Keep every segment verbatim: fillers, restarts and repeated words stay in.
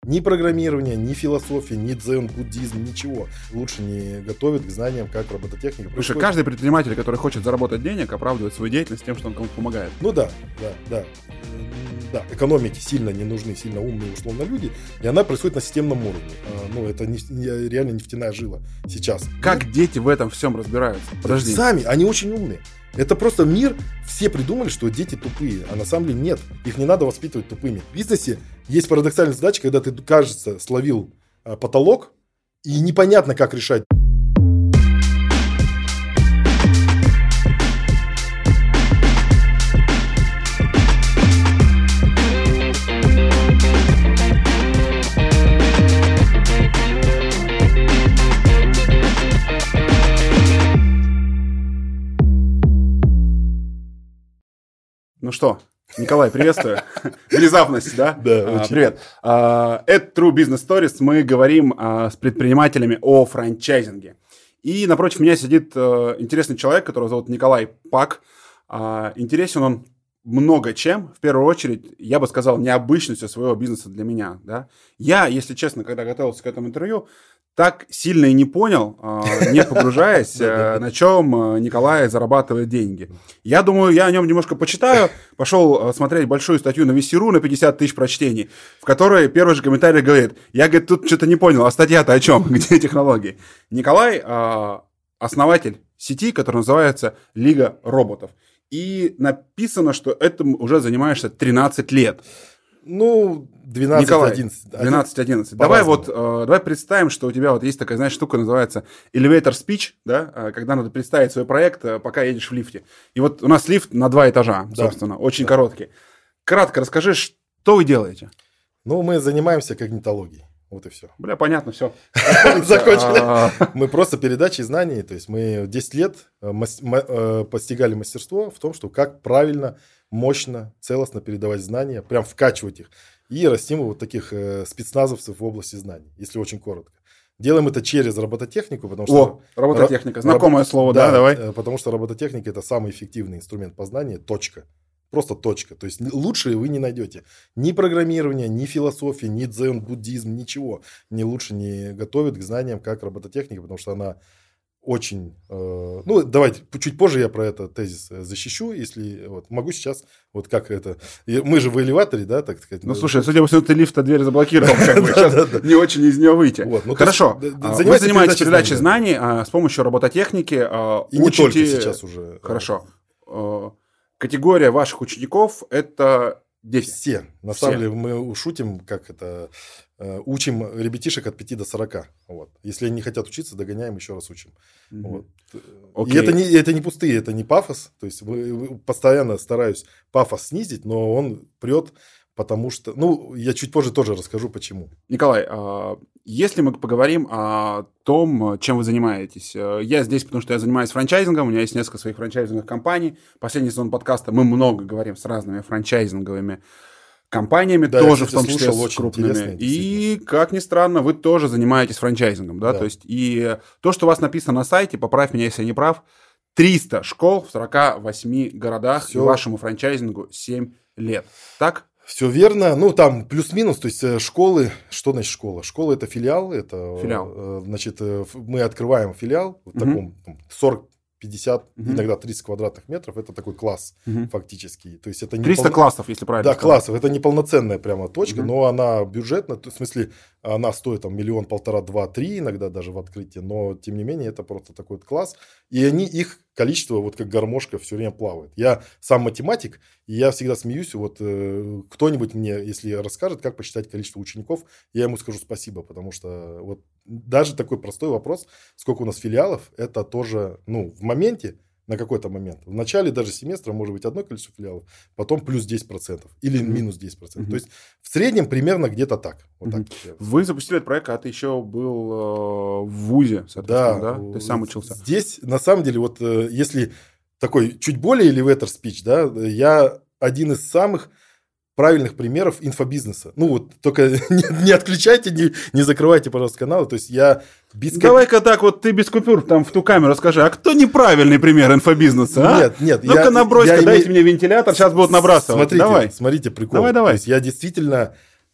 Ни программирование, ни философия, ни дзен, буддизм, ничего лучше не готовит к знаниям, как робототехника. Потому что каждый предприниматель, который хочет заработать денег, оправдывает свою деятельность тем, что он кому-то помогает. Ну да, да, да. Да, экономике сильно не нужны, сильно умные, условно, люди, и она происходит на системном уровне. А, ну, это не, не, реально нефтяная жила сейчас. Как Нет? дети в этом всем разбираются? Подожди. Сами, они очень умные. Это просто мир, все придумали, что дети тупые, а на самом деле нет. Их не надо воспитывать тупыми. В бизнесе есть парадоксальная задача, когда ты, кажется, словил а, потолок, и непонятно, как решать. Ну что, Николай, приветствую. Внезапность, да? Да, а, очень. Привет. А, это True Business Stories. Мы говорим а, с предпринимателями о франчайзинге. И напротив меня сидит а, интересный человек, которого зовут Николай Пак. А, интересен он много чем. В первую очередь, я бы сказал, необычностью своего бизнеса для меня. Да? Я, если честно, когда готовился к этому интервью, так сильно и не понял, не погружаясь, на чем Николай зарабатывает деньги. Я думаю, я о нем немножко почитаю. Пошел смотреть большую статью на ви си точка ру на пятьдесят тысяч прочтений, в которой первый же комментарий говорит: я, говорит, тут что-то не понял, а статья-то о чем? Где технологии? Николай основатель сети, которая называется Лига роботов. И написано, что этим уже занимаешься тринадцать лет. Ну, двенадцать-одиннадцать. двенадцать-одиннадцать. Давай вот, э, давай представим, что у тебя вот есть такая, знаешь, штука, называется elevator speech, да, э, когда надо представить свой проект, э, пока едешь в лифте. И вот у нас лифт на два этажа, да, собственно, очень да. короткий. Кратко расскажи, что вы делаете? Ну, мы занимаемся когнитологией. Вот и все. Бля, понятно, все. Закончили. Мы просто передачей знаний, то есть мы десять лет постигали мастерство в том, что как правильно, мощно, целостно передавать знания, прям вкачивать их и растим вот таких спецназовцев в области знаний, если очень коротко. Делаем это через робототехнику, потому что... О, робототехника, знакомое Раб... слово, да, да, давай. Потому что робототехника – это самый эффективный инструмент познания, точка. Просто точка. То есть лучше вы не найдете. Ни программирование, ни философия, ни дзен, буддизм, ничего не лучше не готовит к знаниям, как робототехника, потому что она очень... Э, ну, давайте, чуть позже я про этот тезис защищу, если... Вот, могу сейчас, вот как это... Мы же в элеваторе, да, так сказать. Ну, слушай, судя по всему, ты лифта дверь заблокировал, как бы, сейчас не очень из нее выйти. Хорошо. Вы занимаетесь передачей знаний с помощью робототехники. И не только сейчас уже. Хорошо. Категория ваших учеников – это дети. Все. На Все. самом деле мы шутим, как это, учим ребятишек от пяти до сорока. Вот. Если они не хотят учиться, догоняем, еще раз учим. Mm-hmm. Вот. И это не, это не пустые, это не пафос. То есть вы, вы постоянно стараюсь пафос снизить, но он прет, потому что... Ну, я чуть позже тоже расскажу, почему. Николай, если мы поговорим о том, чем вы занимаетесь. Я здесь, потому что я занимаюсь франчайзингом, у меня есть несколько своих франчайзинговых компаний. Последний сезон подкаста мы много говорим с разными франчайзинговыми компаниями, да, тоже в том числе с крупными. И, как ни странно, вы тоже занимаетесь франчайзингом. Да? Да. То есть, и то, что у вас написано на сайте, поправь меня, если я не прав, триста школ в сорока восьми городах, Все. И вашему франчайзингу семь лет. Так? Все верно. Ну, там плюс-минус, то есть школы, что значит школа? Школа – это филиал, это, филиал. Значит, мы открываем филиал в таком сорок-пятьдесят, угу. иногда тридцать квадратных метров, это такой класс угу. фактически. То есть это не триста пол... классов, если правильно Да, сказать. Классов, это не полноценная прямо точка, угу. но она бюджетная, в смысле она стоит там миллион, полтора, два, три иногда даже в открытии, но тем не менее это просто такой вот класс, и они, их количество вот как гармошка все время плавает. Я сам математик, и я всегда смеюсь, вот э, кто-нибудь мне, если расскажет, как посчитать количество учеников, я ему скажу спасибо, потому что вот даже такой простой вопрос, сколько у нас филиалов, это тоже, ну, в моменте, на какой-то момент. В начале даже семестра может быть одно количество филиалов, потом плюс десять процентов или mm-hmm. минус десять процентов. Mm-hmm. То есть в среднем примерно где-то так. Вот mm-hmm. так. Вы запустили этот проект, когда ты еще был э, в вузе, соответственно, да? да? Ты сам учился. Здесь, на самом деле, вот э, если такой чуть более elevator speech, да, я один из самых правильных примеров инфобизнеса. Ну вот, только не, не отключайте, не, не закрывайте, пожалуйста, каналы. То есть я без... Давай-ка так вот ты без купюр там в ту камеру скажи, а кто неправильный пример инфобизнеса, а? Нет, нет. Ну-ка набрось-ка, дайте име... мне вентилятор, сейчас будут набрасывать. Смотрите, давай. смотрите, прикол. Давай, давай. То есть я действительно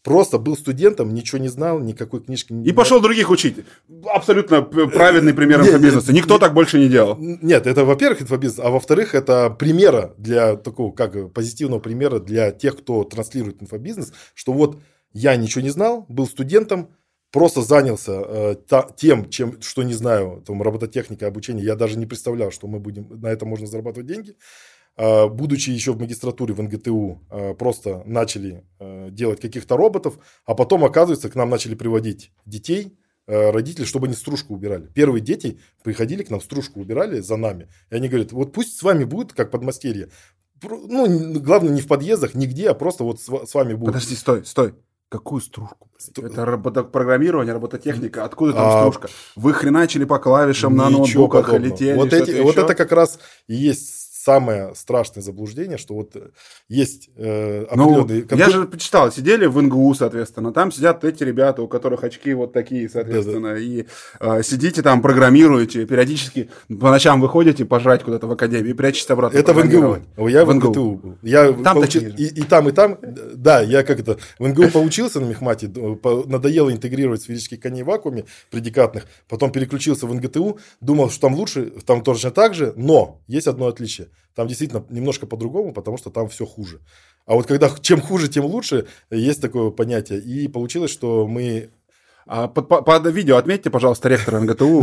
Просто был студентом, ничего не знал, никакой книжки не И знал. пошел других учить. Абсолютно правильный пример инфобизнеса. Никто так больше не делал. Нет, это, во-первых, инфобизнес, а во-вторых, это примера для такого, как позитивного примера для тех, кто транслирует инфобизнес, что вот я ничего не знал, был студентом, просто занялся э, та, тем, чем, что не знаю, там, робототехника, обучение, я даже не представлял, что мы будем, на этом можно зарабатывать деньги. Э, будучи еще в магистратуре в эн гэ тэ у, э, просто начали э, делать каких-то роботов, а потом, оказывается, к нам начали приводить детей, э, родители, чтобы они стружку убирали. Первые дети приходили к нам, стружку убирали за нами, и они говорят, вот пусть с вами будет, как подмастерье. Ну, главное, не в подъездах, нигде, а просто вот с, с вами будет. Подожди, стой, стой. Какую стружку? Стру... Это роботопрограммирование, робототехника. Откуда там а... стружка? Вы хреначили по клавишам на ноутбуках, летели, вот, эти, вот это как раз и есть самое страшное заблуждение, что вот есть э, определенные... Ну, я же почитал, сидели в эн гэ у, соответственно, там сидят эти ребята, у которых очки вот такие, соответственно, да, да. и э, сидите там, программируете, периодически по ночам выходите пожрать куда-то в академии и прячетесь обратно. Это в эн гэ у. Я в эн гэ тэ у был. Я там получил, и, и там, и там, да, я как это, в эн гэ у поучился на мехмате, надоело интегрировать сферические коней в вакууме предикатных, потом переключился в эн гэ тэ у, думал, что там лучше, там точно так же, но есть одно отличие. Там действительно немножко по-другому, потому что там все хуже. А вот когда чем хуже, тем лучше, есть такое понятие. И получилось, что мы... А под, под, под видео отметьте, пожалуйста, ректора эн гэ тэ у.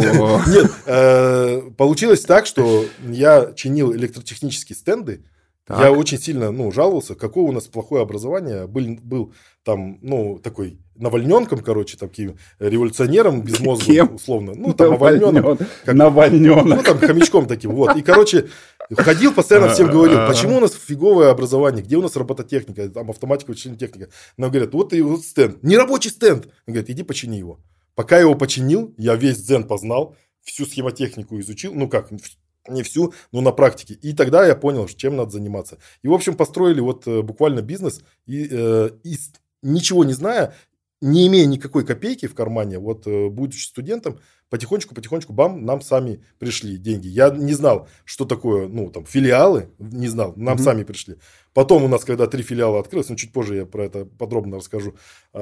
Нет, получилось так, что я чинил электротехнические стенды. Я очень сильно, ну, жаловался, какое у нас плохое образование. Был, был там, ну, такой навальненком, короче, таким революционером без мозга, Кем? Условно. Ну, там навальненок. Как, навальненок. Ну, там хомячком таким, вот. И, короче, ходил, постоянно всем говорил, почему у нас фиговое образование, где у нас робототехника, там автоматика, вычислительная техника. Нам говорят, вот и вот стенд, нерабочий стенд. Он говорит, иди почини его. Пока я его починил, я весь дзен познал, всю схемотехнику изучил, ну как, не всю, но на практике. И тогда я понял, чем надо заниматься. И, в общем, построили вот буквально бизнес, и, э, и ничего не зная, не имея никакой копейки в кармане, вот будучи студентом, потихонечку-потихонечку, бам, нам сами пришли деньги. Я не знал, что такое, ну, там, филиалы, не знал, нам mm-hmm. сами пришли. Потом у нас, когда три филиала открылось, ну, чуть позже я про это подробно расскажу,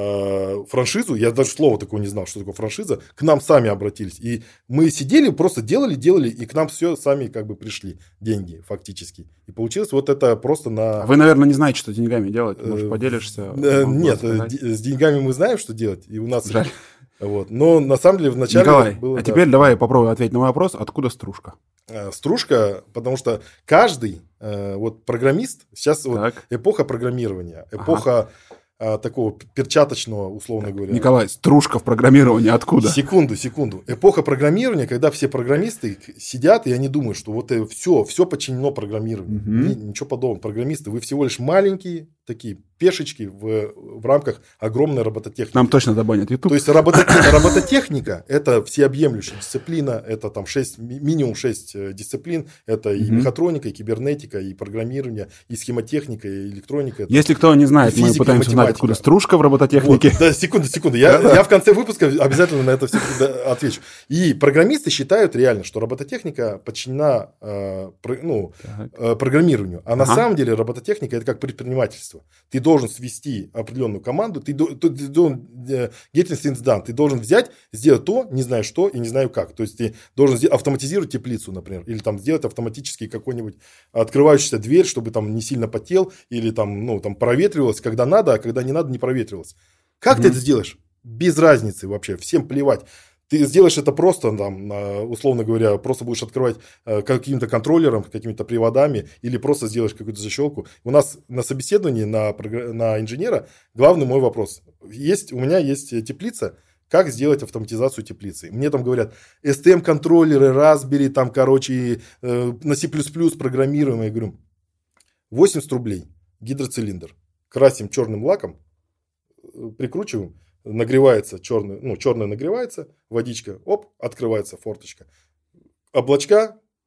э, франшизу, я даже слова такого не знал, что такое франшиза, к нам сами обратились. И мы сидели, просто делали, делали, и к нам все сами как бы пришли деньги фактически. И получилось вот это просто на... Вы, наверное, не знаете, что с деньгами делать, может, поделишься? Э, нет, с деньгами мы знаем, что делать, и у нас... Жаль. Вот. Но на самом деле вначале... Николай, было, а да. теперь давай попробуй ответить на мой вопрос. Откуда стружка? Стружка, потому что каждый вот программист, сейчас вот эпоха программирования, эпоха ага. такого перчаточного, условно говоря. Николай, стружка в программировании откуда? Секунду, секунду. Эпоха программирования, когда все программисты сидят, и они думают, что вот все, все подчинено программированию. Угу. Ни, ничего подобного. Программисты, вы всего лишь маленькие такие пешечки в, в рамках огромной робототехники. Нам точно забанят YouTube. То есть робототехника, робототехника это всеобъемлющая дисциплина, это там шесть, минимум шесть дисциплин, это и mm-hmm. мехатроника, и кибернетика, и программирование, и схемотехника, и электроника. Если кто не знает, мы пытаемся узнать, откуда стружка в робототехнике. Вот, да, секунду, секунду, я, я в конце выпуска обязательно на это все отвечу. И программисты считают реально, что робототехника подчинена э, про, ну, э, программированию, а ага. на самом деле робототехника это как предпринимательство. Ты должен свести определенную команду, ты, ты, ты должен get things done, ты должен взять, сделать то, не знаю что и не знаю как. То есть ты должен автоматизировать теплицу, например, или там сделать автоматически какой-нибудь открывающийся дверь, чтобы там не сильно потел, или там, ну, там проветривалось, когда надо, а когда не надо, не проветривалось. Как mm-hmm. ты это сделаешь? Без разницы вообще, всем плевать. Ты сделаешь это просто, там, условно говоря, просто будешь открывать каким-то контроллером, какими-то приводами, или просто сделаешь какую-то защелку. У нас на собеседовании на, на инженера главный мой вопрос. Есть, у меня есть теплица, как сделать автоматизацию теплицы. Мне там говорят, эс ти эм-контроллеры, Raspberry, там, короче, на C++ программируем. Я говорю, восемьдесят рублей, гидроцилиндр. Красим черным лаком, прикручиваем. Нагревается черный, ну, черная нагревается, водичка, оп, открывается форточка. Облачка,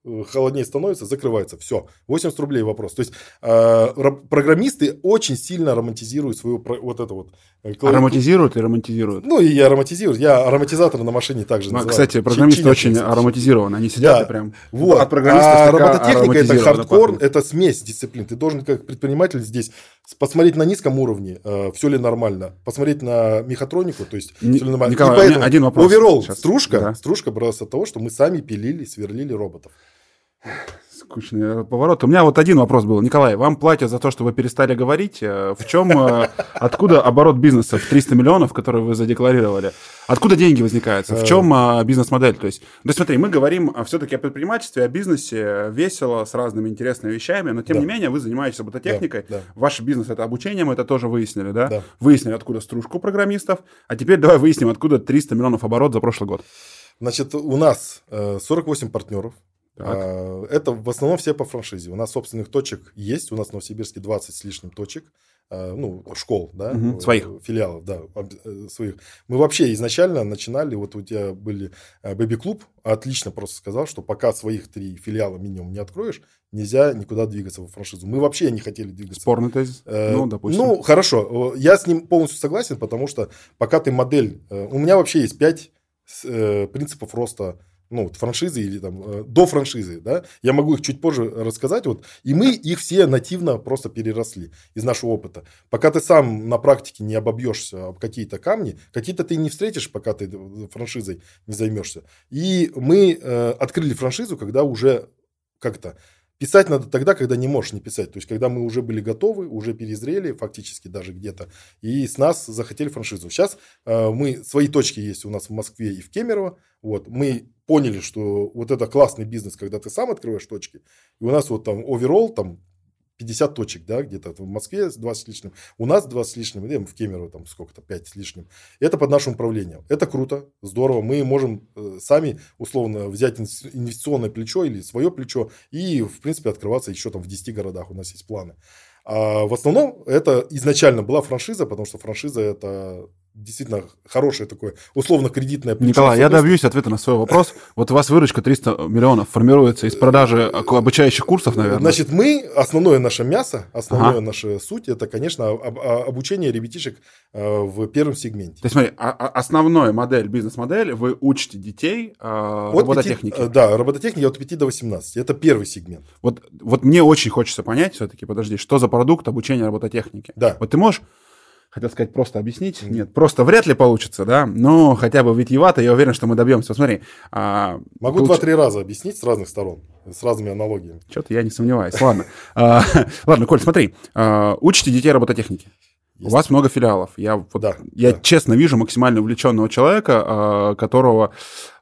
холоднее становится, закрывается. Все. восемьдесят рублей вопрос. То есть э, программисты очень сильно романтизируют свою вот это вот. Ароматизируют и романтизируют. Ну, и я ароматизирую. Я ароматизатор на машине также ну, называю. Кстати, программисты Чин- очень ароматизированы. Они сидят да. и прям... Вот. От программистов а робототехника это хардкор, это смесь дисциплин. Ты должен как предприниматель здесь посмотреть на низком уровне, э, все ли нормально, посмотреть на мехатронику, то есть Н- все ли нормально. Николай, и поэтому один вопрос. Оверолл, Сейчас. стружка, да. стружка бралась от того, что мы сами пилили, сверлили роботов. Скучный поворот. У меня вот один вопрос был. Николай, вам платят за то, что вы перестали говорить. В чем, откуда оборот бизнеса в триста миллионов, который вы задекларировали? Откуда деньги возникают? В чем бизнес-модель? То есть, ну смотри, мы говорим все-таки о предпринимательстве, о бизнесе, весело, с разными интересными вещами, но тем да. не менее вы занимаетесь робототехникой. Да, да. Ваш бизнес — это обучение, мы это тоже выяснили, да? да? Выяснили, откуда стружка у программистов. А теперь давай выясним, откуда триста миллионов оборот за прошлый год. Значит, у нас сорок восемь партнеров. Так. Это в основном все по франшизе. У нас собственных точек есть. У нас в Новосибирске двадцать с лишним точек. Ну, школ, да. Угу. Своих. Филиалов, да, своих. Мы вообще изначально начинали, вот у тебя были Бэби-клуб, отлично просто сказал, что пока своих три филиала минимум не откроешь, нельзя никуда двигаться во франшизу. Мы вообще не хотели двигаться. Спорный тезис? Э, ну, допустим. Ну, хорошо. Я с ним полностью согласен, потому что пока ты модель... У меня вообще есть пять принципов роста, ну, франшизы или там э, до франшизы, да, я могу их чуть позже рассказать, вот, и мы их все нативно просто переросли из нашего опыта. Пока ты сам на практике не обобьешься об какие-то камни, какие-то ты не встретишь, пока ты франшизой не займешься. И мы э, открыли франшизу, когда уже как-то писать надо тогда, когда не можешь не писать. То есть, когда мы уже были готовы, уже перезрели, фактически даже где-то, и с нас захотели франшизу. Сейчас э, мы, свои точки есть у нас в Москве и в Кемерово. Вот, мы поняли, что вот это классный бизнес, когда ты сам открываешь точки. И у нас вот там оверолл, там пятьдесят точек, да, где-то в Москве двадцать с лишним, у нас двадцать с лишним, и в Кемерово там сколько-то, пять с лишним. Это под нашим управлением. Это круто, здорово. Мы можем э, сами условно взять инвестиционное плечо или свое плечо и, в принципе, открываться еще там в десяти городах. У нас есть планы. А в основном это изначально была франшиза, потому что франшиза это действительно хорошее такое условно-кредитное плечо. Николай, я добьюсь ответа на свой вопрос. Вот у вас выручка триста миллионов формируется из продажи обучающих курсов, наверное? Значит, мы, основное наше мясо, основное ага. наша суть, это, конечно, об, обучение ребятишек в первом сегменте. То есть, смотри, основная модель, бизнес-модель, вы учите детей от робототехники. пяти, да, робототехники от пяти до восемнадцати. Это первый сегмент. Вот, вот мне очень хочется понять все-таки, подожди, что за продукт обучения робототехники? Да. Вот ты можешь... Хотел сказать, просто объяснить. Нет, просто вряд ли получится, да, но хотя бы витиевато, я уверен, что мы добьемся. Смотри. А, Могу получ... два-три раза объяснить с разных сторон, с разными аналогиями. Что-то я не сомневаюсь. Ладно. Ладно, Коль, смотри. Учите детей робототехники. У вас много филиалов. Я, вот, да, я да. честно вижу максимально увлеченного человека, которого,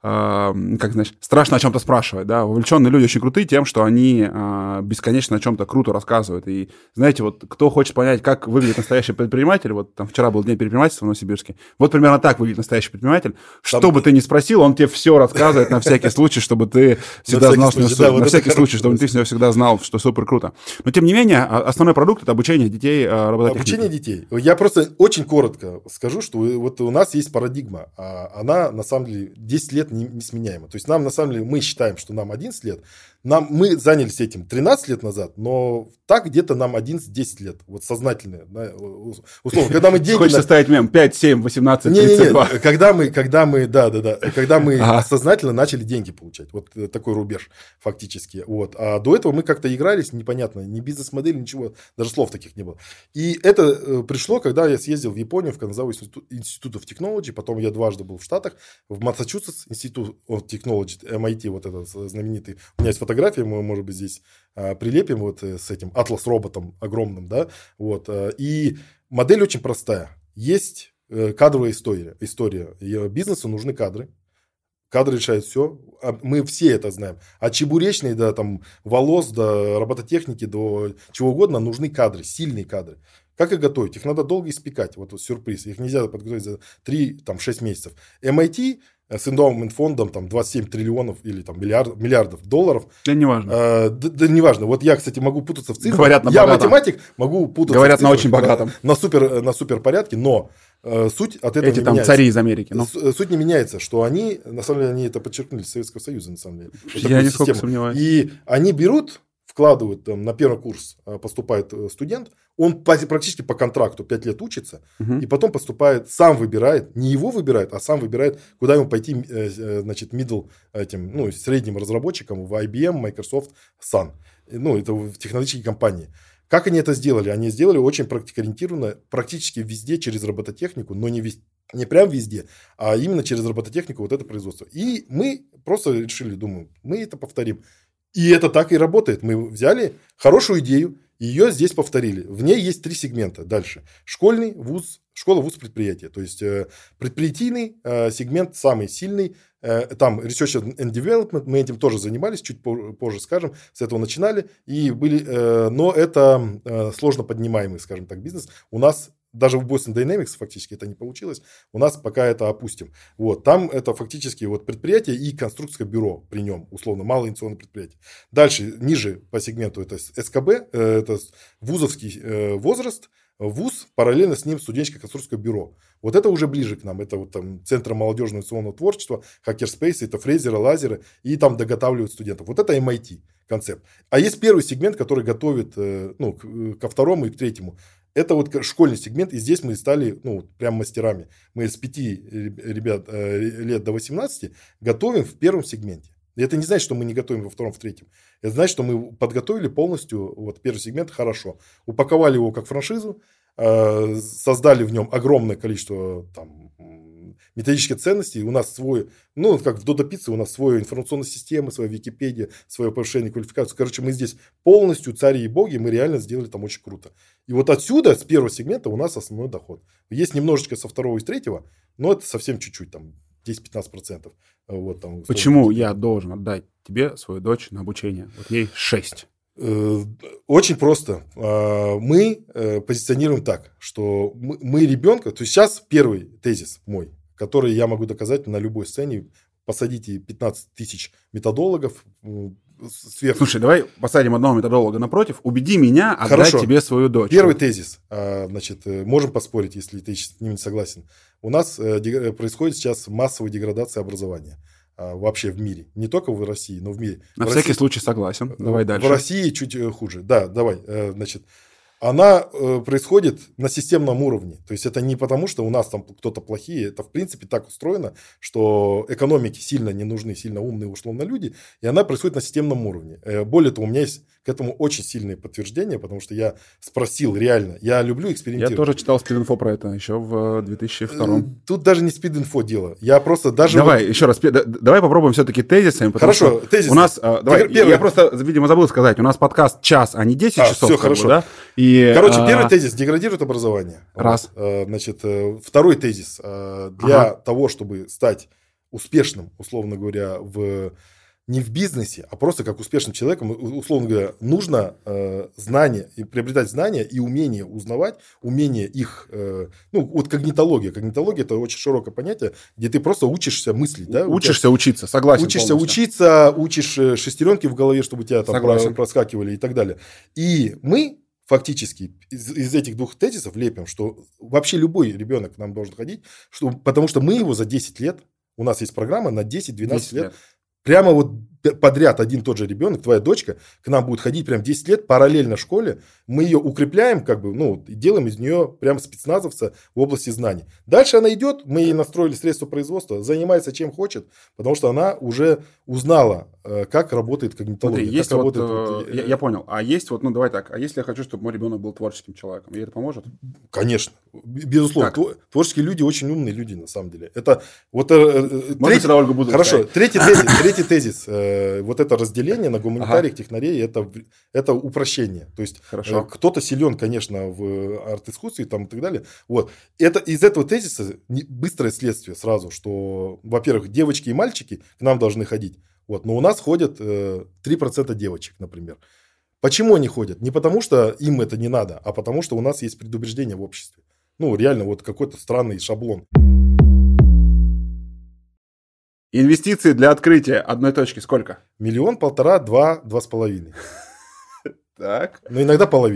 как знаешь, страшно о чем-то спрашивать. Да? Увлеченные люди очень крутые тем, что они бесконечно о чем-то круто рассказывают. И знаете, вот кто хочет понять, как выглядит настоящий предприниматель, вот там вчера был день предпринимательства в Новосибирске, вот примерно так выглядит настоящий предприниматель. Что там... бы ты ни спросил, он тебе все рассказывает на всякий случай, чтобы ты всегда знал, что на всякий случай, чтобы ты всегда знал, что супер круто. Но тем не менее, основной продукт — это обучение детей робототехнике. Обучение детей. Я просто очень коротко скажу, что вот у нас есть парадигма, а она на самом деле десять лет несменяема. То есть нам на самом деле, мы считаем, что нам одиннадцать лет, нам, мы занялись этим тринадцать лет назад, но так где-то нам одиннадцать-десять лет, вот сознательно, да, условно, когда мы деньги... Хочется ставить мем пять, семь, восемнадцать, тридцать два. Не-не-не, когда мы, когда мы, да-да-да, когда мы ага. сознательно начали деньги получать, вот такой рубеж фактически, вот, а до этого мы как-то игрались, непонятно, ни бизнес-модели, ничего, даже слов таких не было. И это э, пришло, когда я съездил в Японию, в Канзаву Institute of Technology, потом я дважды был в Штатах, в Массачусетс Institute of Technology, эм ай ти, вот этот знаменитый, у меня есть фотография, мы, может быть, здесь а, прилепим вот с этим атлас-роботом огромным, да, вот, а, и модель очень простая. Есть э, кадровая история, история. Бизнесу нужны кадры. Кадры решают все. Мы все это знаем. От чебуречной до там, волос, до робототехники, до чего угодно нужны кадры, сильные кадры. Как их готовить? Их надо долго испекать. Вот, вот сюрприз. Их нельзя подготовить за три-шесть месяцев. эм ай ти с эндоумент фондом там, двадцать семь триллионов или там, миллиард, миллиардов долларов. Да не важно. Э, да, да не важно. Вот я, кстати, могу путаться в цифрах. Говорят на я богатом. математик, могу путаться Говорят в цифрах, на очень богатом. На, на, супер, на супер порядке, но э, суть от этого Эти не там меняется. цари из Америки. Ну. С, суть не меняется, что они, на самом деле, они это подчеркнули с Советского Союза, на самом деле. Вот Я нисколько сомневаюсь. И они берут, вкладывают там, на первый курс, поступает студент, он практически по контракту пять лет учится, угу. и потом поступает, сам выбирает, не его выбирает, а сам выбирает, куда ему пойти, значит, middle, этим, ну, средним разработчикам в ай би эм, Microsoft, Sun. Ну, это в технологические компании. Как они это сделали? Они сделали очень практикоориентированно, практически везде через робототехнику, но не, везде, не прям везде, а именно через робототехнику вот это производство. И мы просто решили, думаю, мы это повторим. И это так и работает. Мы взяли хорошую идею, ее здесь повторили. В ней есть три сегмента дальше. Школьный, вуз, школа, вуз, предприятие. То есть э, предприятийный э, сегмент самый сильный. Э, там Research and Development, мы этим тоже занимались, чуть позже скажем, с этого начинали. И были, э, но это э, сложно поднимаемый, скажем так, бизнес. У нас даже в Boston Dynamics фактически это не получилось. У нас пока это опустим. Вот, там это фактически вот предприятие и конструкторское бюро при нем, условно, малое инновационное предприятие. Дальше, ниже по сегменту это эс ка бэ, это вузовский возраст, вуз, параллельно с ним студенческое конструкторское бюро. Вот это уже ближе к нам. Это вот там Центр молодежного инновационного творчества, хакерспейсы, это фрезеры, лазеры, и там доготавливают студентов. Вот это эм ай ти концепт. А есть первый сегмент, который готовит ну, ко второму и к третьему. Это вот школьный сегмент, и здесь мы стали, ну, прям мастерами. Мы с пяти ребят лет до восемнадцати готовим в первом сегменте. И это не значит, что мы не готовим во втором, в третьем. Это значит, что мы подготовили полностью вот первый сегмент хорошо. Упаковали его как франшизу, создали в нем огромное количество там, методических ценностей. У нас свой, ну, как в Додо Пицце, у нас своя информационная система, своя Википедия, свое повышение квалификации. Короче, мы здесь полностью цари и боги, мы реально сделали там очень круто. И вот отсюда, с первого сегмента, у нас основной доход. Есть немножечко со второго и с третьего, но это совсем чуть-чуть, там десять-пятнадцать процентов. Вот, там, почему я должен отдать тебе свою дочь на обучение? Вот ей шесть. Очень просто. Мы позиционируем так, что мы ребенка, то есть сейчас первый тезис мой, который я могу доказать на любой сцене, посадите пятнадцать тысяч методологов сверху. Слушай, давай посадим одного методолога напротив, убеди меня отдать Хорошо. тебе свою дочь. Первый тезис, значит, можем поспорить, если ты с ним не согласен. У нас происходит сейчас массовая деградация образования. Вообще в мире. Не только в России, но в мире. На в всякий России, случай согласен. Давай дальше. В России чуть хуже. Да, давай. Значит, она происходит на системном уровне. То есть это не потому, что у нас там кто-то плохие. Это в принципе так устроено, что экономике сильно не нужны, сильно умные условно люди. И она происходит на системном уровне. Более того, у меня есть к этому очень сильные подтверждения, потому что я спросил реально. Я люблю экспериментировать. Я тоже читал спид-инфо про это еще в две тысячи втором. Тут даже не спид-инфо дело. Я просто даже... Давай, вот... еще раз. Давай попробуем все-таки тезисами. Хорошо, тезисы. У нас... Давай, Первый... Я просто, видимо, забыл сказать. У нас подкаст час, а не десять а, часов. Все хорошо. Бы, да? И, Короче, первый а... тезис. Деградирует образование. Раз. Вот. Значит, второй тезис. Для ага. того, чтобы стать успешным, условно говоря, в... не в бизнесе, а просто как успешным человеком, условно говоря, нужно э, знания, и приобретать знания и умение узнавать, умение их, э, ну, вот когнитология. Когнитология – это очень широкое понятие, где ты просто учишься мыслить. Да? Учишься тебя, учиться, согласен. Учишься полностью. учиться, учишь шестеренки в голове, чтобы у тебя там согласен. проскакивали и так далее. И мы фактически из, из этих двух тезисов лепим, что вообще любой ребенок к нам должен ходить, что, потому что мы его за десять лет, у нас есть программа на десять-двенадцать лет, лет. Прямо вот подряд один тот же ребенок, твоя дочка, к нам будет ходить прям десять лет параллельно школе. Мы ее укрепляем, как бы, ну, и делаем из нее прям спецназовца в области знаний. Дальше она идет, мы ей настроили средства производства, занимается чем хочет, потому что она уже узнала, как работает когнитология. Смотри, есть как вот, работает, э, я, я понял. А есть вот, ну давай так, а если я хочу, чтобы мой ребенок был творческим человеком, ей это поможет? Конечно, безусловно. Как? Творческие люди очень умные люди на самом деле. Это вот. Можно третий, сюда Ольгу Бузову Хорошо. Третий тезис. Третий тезис. Вот это разделение на гуманитариев, ага. технарей, это, это упрощение. То есть Хорошо. кто-то силен, конечно, в арт-искусстве там, и так далее. Вот. Это, из этого тезиса быстрое следствие сразу, что, во-первых, девочки и мальчики к нам должны ходить. Вот. Но у нас ходят э, три процента девочек, например. Почему они ходят? Не потому, что им это не надо, а потому, что у нас есть предубеждение в обществе. Ну, реально, вот какой-то странный шаблон. Инвестиции для открытия одной точки сколько? Миллион, полтора, два, два с половиной. Так. Но иногда половина.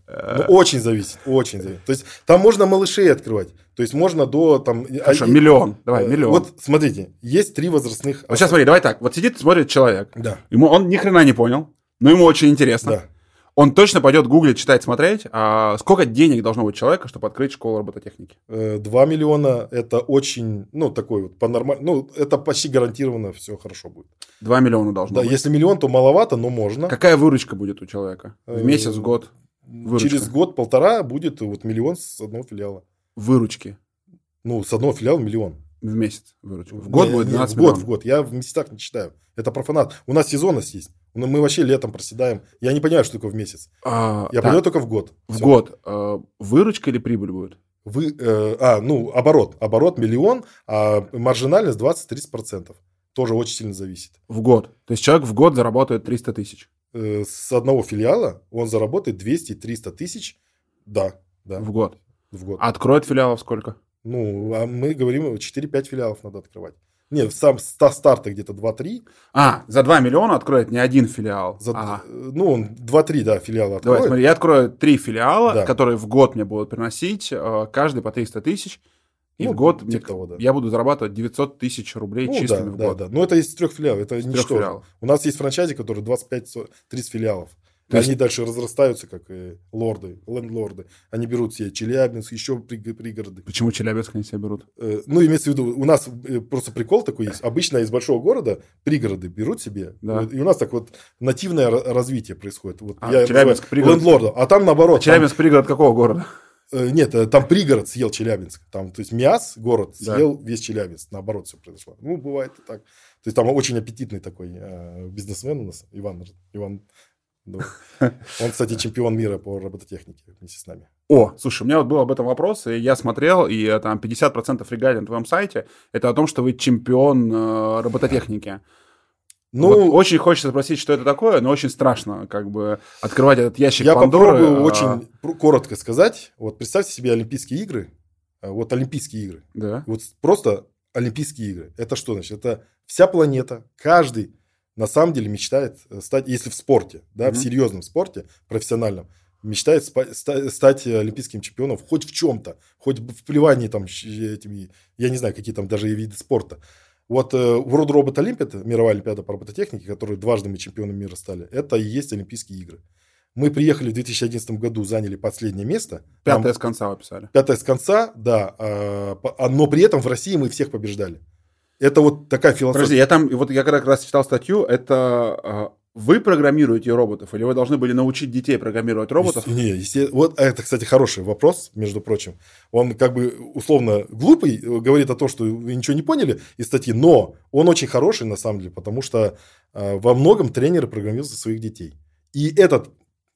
Ну, очень зависит, очень зависит. То есть там можно малышей открывать. То есть можно до там... Хорошо, миллион. Давай, миллион. Вот смотрите, есть три возрастных... Вот сейчас смотри, давай так. Вот сидит, смотрит человек. Да. Ему, он ни хрена не понял, но ему очень интересно. Да. Он точно пойдет гуглить, читать, смотреть. А сколько денег должно быть у человека, чтобы открыть школу робототехники? Два миллиона – это очень, ну, такой вот, по-нормальному, ну, это почти гарантированно все хорошо будет. Два миллиона должно да, быть. Если миллион, то маловато, но можно. Какая выручка будет у человека? В месяц, в год? Выручка. Через год-полтора будет вот миллион с одного филиала. Выручки? Ну, с одного филиала миллион. В месяц выручка. В год не, будет двенадцать не, в год, миллионов. в год. Я в месяцах не читаю. Это профанат. У нас сезонность есть. Мы вообще летом проседаем. Я не понимаю, что такое в месяц. А, Я понимаю только в год. В Все. год. А, выручка или прибыль будет? Вы, э, а, ну, оборот. Оборот миллион, а маржинальность двадцать-тридцать процентов. Тоже очень сильно зависит. В год. То есть человек в год заработает триста тысяч. Э, с одного филиала он заработает двести-триста тысяч. Да, да. В год. В год. А откроет филиалов сколько? Ну, а мы говорим, четыре-пять филиалов надо открывать. Нет, сам ста- старта где-то два-три. А, за два миллиона откроет не один филиал. За, а. Ну, он два-три, да, филиала откроет. Давай, смотри, я открою три филиала, Да. которые в год мне будут приносить, э, каждый по триста тысяч. И Ну, в год типа мне- того, да. я буду зарабатывать девятьсот тысяч рублей Ну, чистыми да, в да, год. да. Но это из трех филиалов, это трех ничтожно. филиалов. У нас есть франчайзи, которые двадцать пять тридцать филиалов. То есть- Они дальше разрастаются, как и лорды, лендлорды. Они берут себе Челябинск, еще при- пригороды. Почему Челябинск они себя берут? Э, Ну, имеется в виду, у нас э, просто прикол такой есть. Обычно из большого города пригороды берут себе. Да. И у нас так вот нативное ра- развитие происходит. Вот А, я Челябинск называю пригород. лендлордов. А там наоборот. А Челябинск пригород какого города? Там, э, нет, э, там пригород съел Челябинск. Там, то есть Миас, город, Да. съел весь Челябинск. Наоборот все произошло. Ну, бывает и так. То есть там очень аппетитный такой э, бизнесмен у нас, Иван. Иван да. Он, кстати, чемпион мира по робототехнике вместе с нами. О, слушай, у меня вот был об этом вопрос, и я смотрел, и э, там пятьдесят процентов регалий на твоем сайте, это о том, что вы чемпион э, робототехники. Ну, Вот очень хочется спросить, что это такое, но очень страшно как бы открывать этот ящик я Пандоры. попробую а, очень пр- коротко сказать. Вот представьте себе Олимпийские игры. А, Вот Олимпийские игры. Да. Вот просто Олимпийские игры. Это что значит? Это вся планета, каждый на самом деле мечтает стать, если в спорте, да, Мгм. в серьезном спорте, профессиональном, мечтает спа- ста- стать олимпийским чемпионом хоть в чем-то, хоть в плевании там щ- этими, я не знаю, какие там даже и виды спорта. Вот э, World Robot Olympiad, мировая олимпиада по робототехнике, которой дважды мы чемпионом мира стали, это и есть Олимпийские игры. Мы приехали в две тысячи одиннадцатом году, заняли последнее место. Пятое Нам- с конца вы писали. Пятое с конца, да, а, по- а, но при этом в России мы всех побеждали. Это вот такая философия. Подожди, я там, вот я как раз читал статью, это а, вы программируете роботов, или вы должны были научить детей программировать роботов? Есте- Не, есте- вот это, кстати, хороший вопрос, между прочим. Он как бы условно глупый, э, говорит о том, что вы ничего не поняли из статьи, но он очень хороший на самом деле, потому что э, во многом тренеры программируют за своих детей. И этот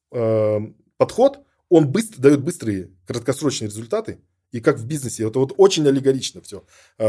э, подход, он быстро, дает быстрые краткосрочные результаты. И как в бизнесе, это вот очень аллегорично все.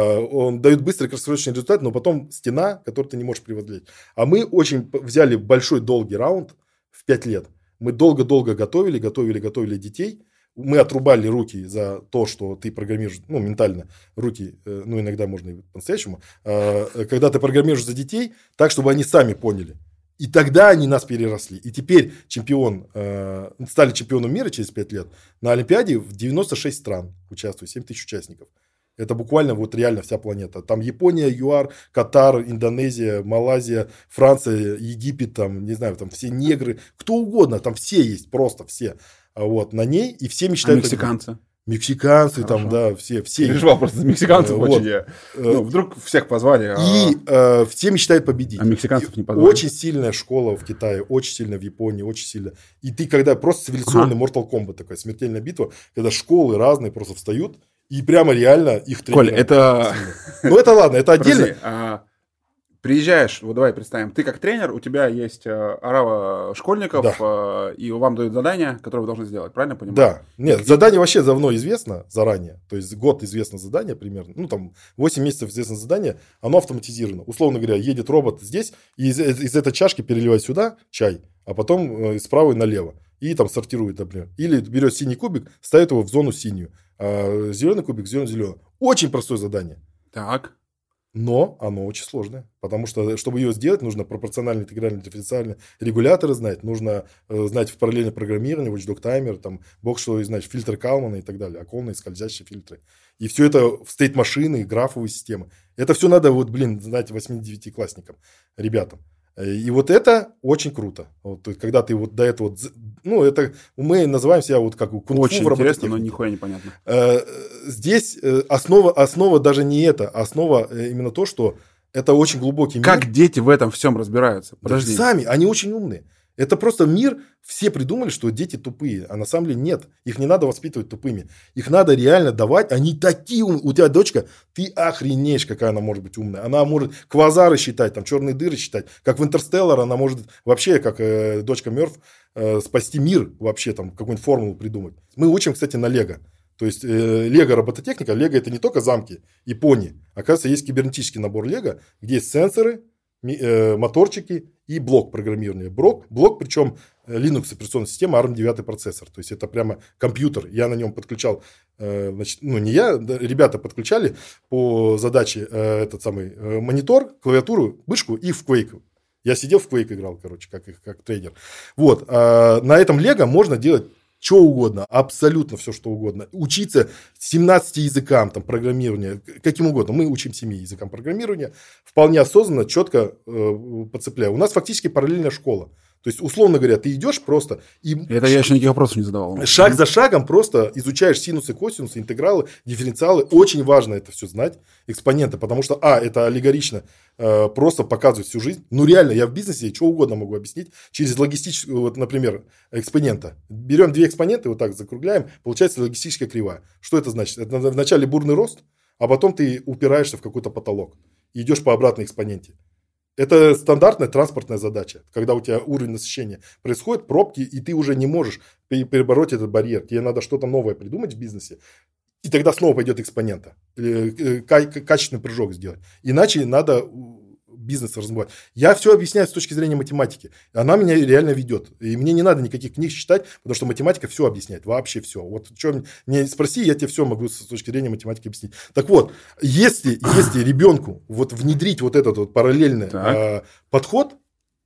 Он дает быстрый краткосрочный результат, но потом стена, которую ты не можешь преодолеть. А мы очень п- взяли большой долгий раунд в пять лет. Мы долго-долго готовили, готовили, готовили детей. Мы отрубали руки за то, что ты программируешь, ну, ментально руки, э, ну, иногда можно и по-настоящему, э, когда ты программируешь за детей, так, чтобы они сами поняли. И тогда они нас переросли. И теперь чемпион, э, стали чемпионом мира через пять лет. На Олимпиаде в девяносто шесть стран участвует, семь тысяч участников. Это буквально вот реально вся планета. Там Япония, ЮАР, Катар, Индонезия, Малайзия, Франция, Египет, там, не знаю, там все негры, кто угодно, там все есть, просто все. А Вот, на ней, и все А мечтают... мексиканцы? Мексиканцы, там, Хорошо. да, все, все. Переживал просто за мексиканцев Э, очень. вот. я. Ну, вдруг всех позвали. а- И э, все мечтают победить. А мексиканцев И не позвали? Очень сильная школа в Китае, очень сильная в Японии, очень сильно. И ты когда просто цивилизационный Mortal Kombat такой, смертельная битва, когда школы разные просто встают, и прямо реально их тренеры. Коль, это... Ну это ладно, это отдельно. Подожди, а, приезжаешь, вот давай представим, ты как тренер, у тебя есть э, орава школьников, Да. э, и вам дают задания, которые вы должны сделать, правильно понимаю? Да, нет, задание вообще давно известно заранее, то есть год известно задание примерно, ну там восемь месяцев известно задание, оно автоматизировано. Условно говоря, едет робот здесь, и из, из этой чашки переливает сюда чай, а потом э, справа налево, и там сортирует, например. Или берет синий кубик, ставит его в зону синюю, а зеленый кубик в зеленую зеленую. Очень простое задание. Так. но оно очень сложное, потому что, чтобы ее сделать, нужно пропорциональный, интегральный, дифференциальный регуляторы знать, нужно э, знать в параллельное программирование, watchdog таймер, там, бог что и знать, фильтры Калмана и так далее, оконные, скользящие фильтры. И все это в стейт-машины, графовые системы. Это все надо, вот, блин, знать восьми-девятиклассникам, ребятам. И вот это очень круто. Вот, то есть, когда ты вот до этого... Вот, ну, это мы называем себя вот как кунг-фу. Очень интересно, но нихуя непонятно. Здесь основа, основа даже не это. Основа именно то, что это очень глубокий мир. Как дети в этом всем разбираются? Подожди. Да сами, они очень умные. Это просто мир, все придумали, что дети тупые, а на самом деле нет. Их не надо воспитывать тупыми. Их надо реально давать, они такие умные. У тебя дочка, ты охренеешь, какая она может быть умная. Она может квазары считать, там черные дыры считать. Как в Интерстеллар, она может вообще, как э, дочка Мёрф, э, спасти мир вообще, там какую-нибудь формулу придумать. Мы учим, кстати, на Лего. То есть э, Лего робототехника, Лего это не только замки и пони. Оказывается, есть кибернетический набор Лего, где есть сенсоры, моторчики и блок программирования. Блок, блок причем Linux операционная система, арм девять процессор. То есть это прямо компьютер. Я на нем подключал, значит, ну не я, ребята подключали по задаче этот самый монитор, клавиатуру, мышку и в Quake. Я сидел в Quake играл, короче, как, как трейдер. Вот. А на этом Лего можно делать что угодно, абсолютно все, что угодно. Учиться семнадцати языкам там, программирования, каким угодно. Мы учим семи языкам программирования, вполне осознанно, четко э, подцепляя. У нас фактически параллельная школа. То есть, условно говоря, ты идешь просто... И это я еще никаких вопросов не задавал. Шаг за шагом просто изучаешь синусы, косинусы, интегралы, дифференциалы. Очень важно это все знать, экспоненты, потому что, а, это аллегорично э, просто показывать всю жизнь. Ну, реально, я в бизнесе что угодно могу объяснить через логистическую, вот, например, экспонента. Берем две экспоненты, вот так закругляем, получается логистическая кривая. Что это значит? Это вначале бурный рост, а потом ты упираешься в какой-то потолок и идешь по обратной экспоненте. Это стандартная транспортная задача, когда у тебя уровень насыщения происходит, пробки, и ты уже не можешь перебороть этот барьер. Тебе надо что-то новое придумать в бизнесе, и тогда снова пойдет экспонента. Качественный прыжок сделать. Иначе надо бизнес размывать. Я все объясняю с точки зрения математики. Она меня реально ведет. И мне не надо никаких книг читать, потому что математика все объясняет. Вообще все. Вот что мне спроси, я тебе все могу с точки зрения математики объяснить. Так вот, если, если ребенку вот внедрить вот этот вот параллельный э, подход,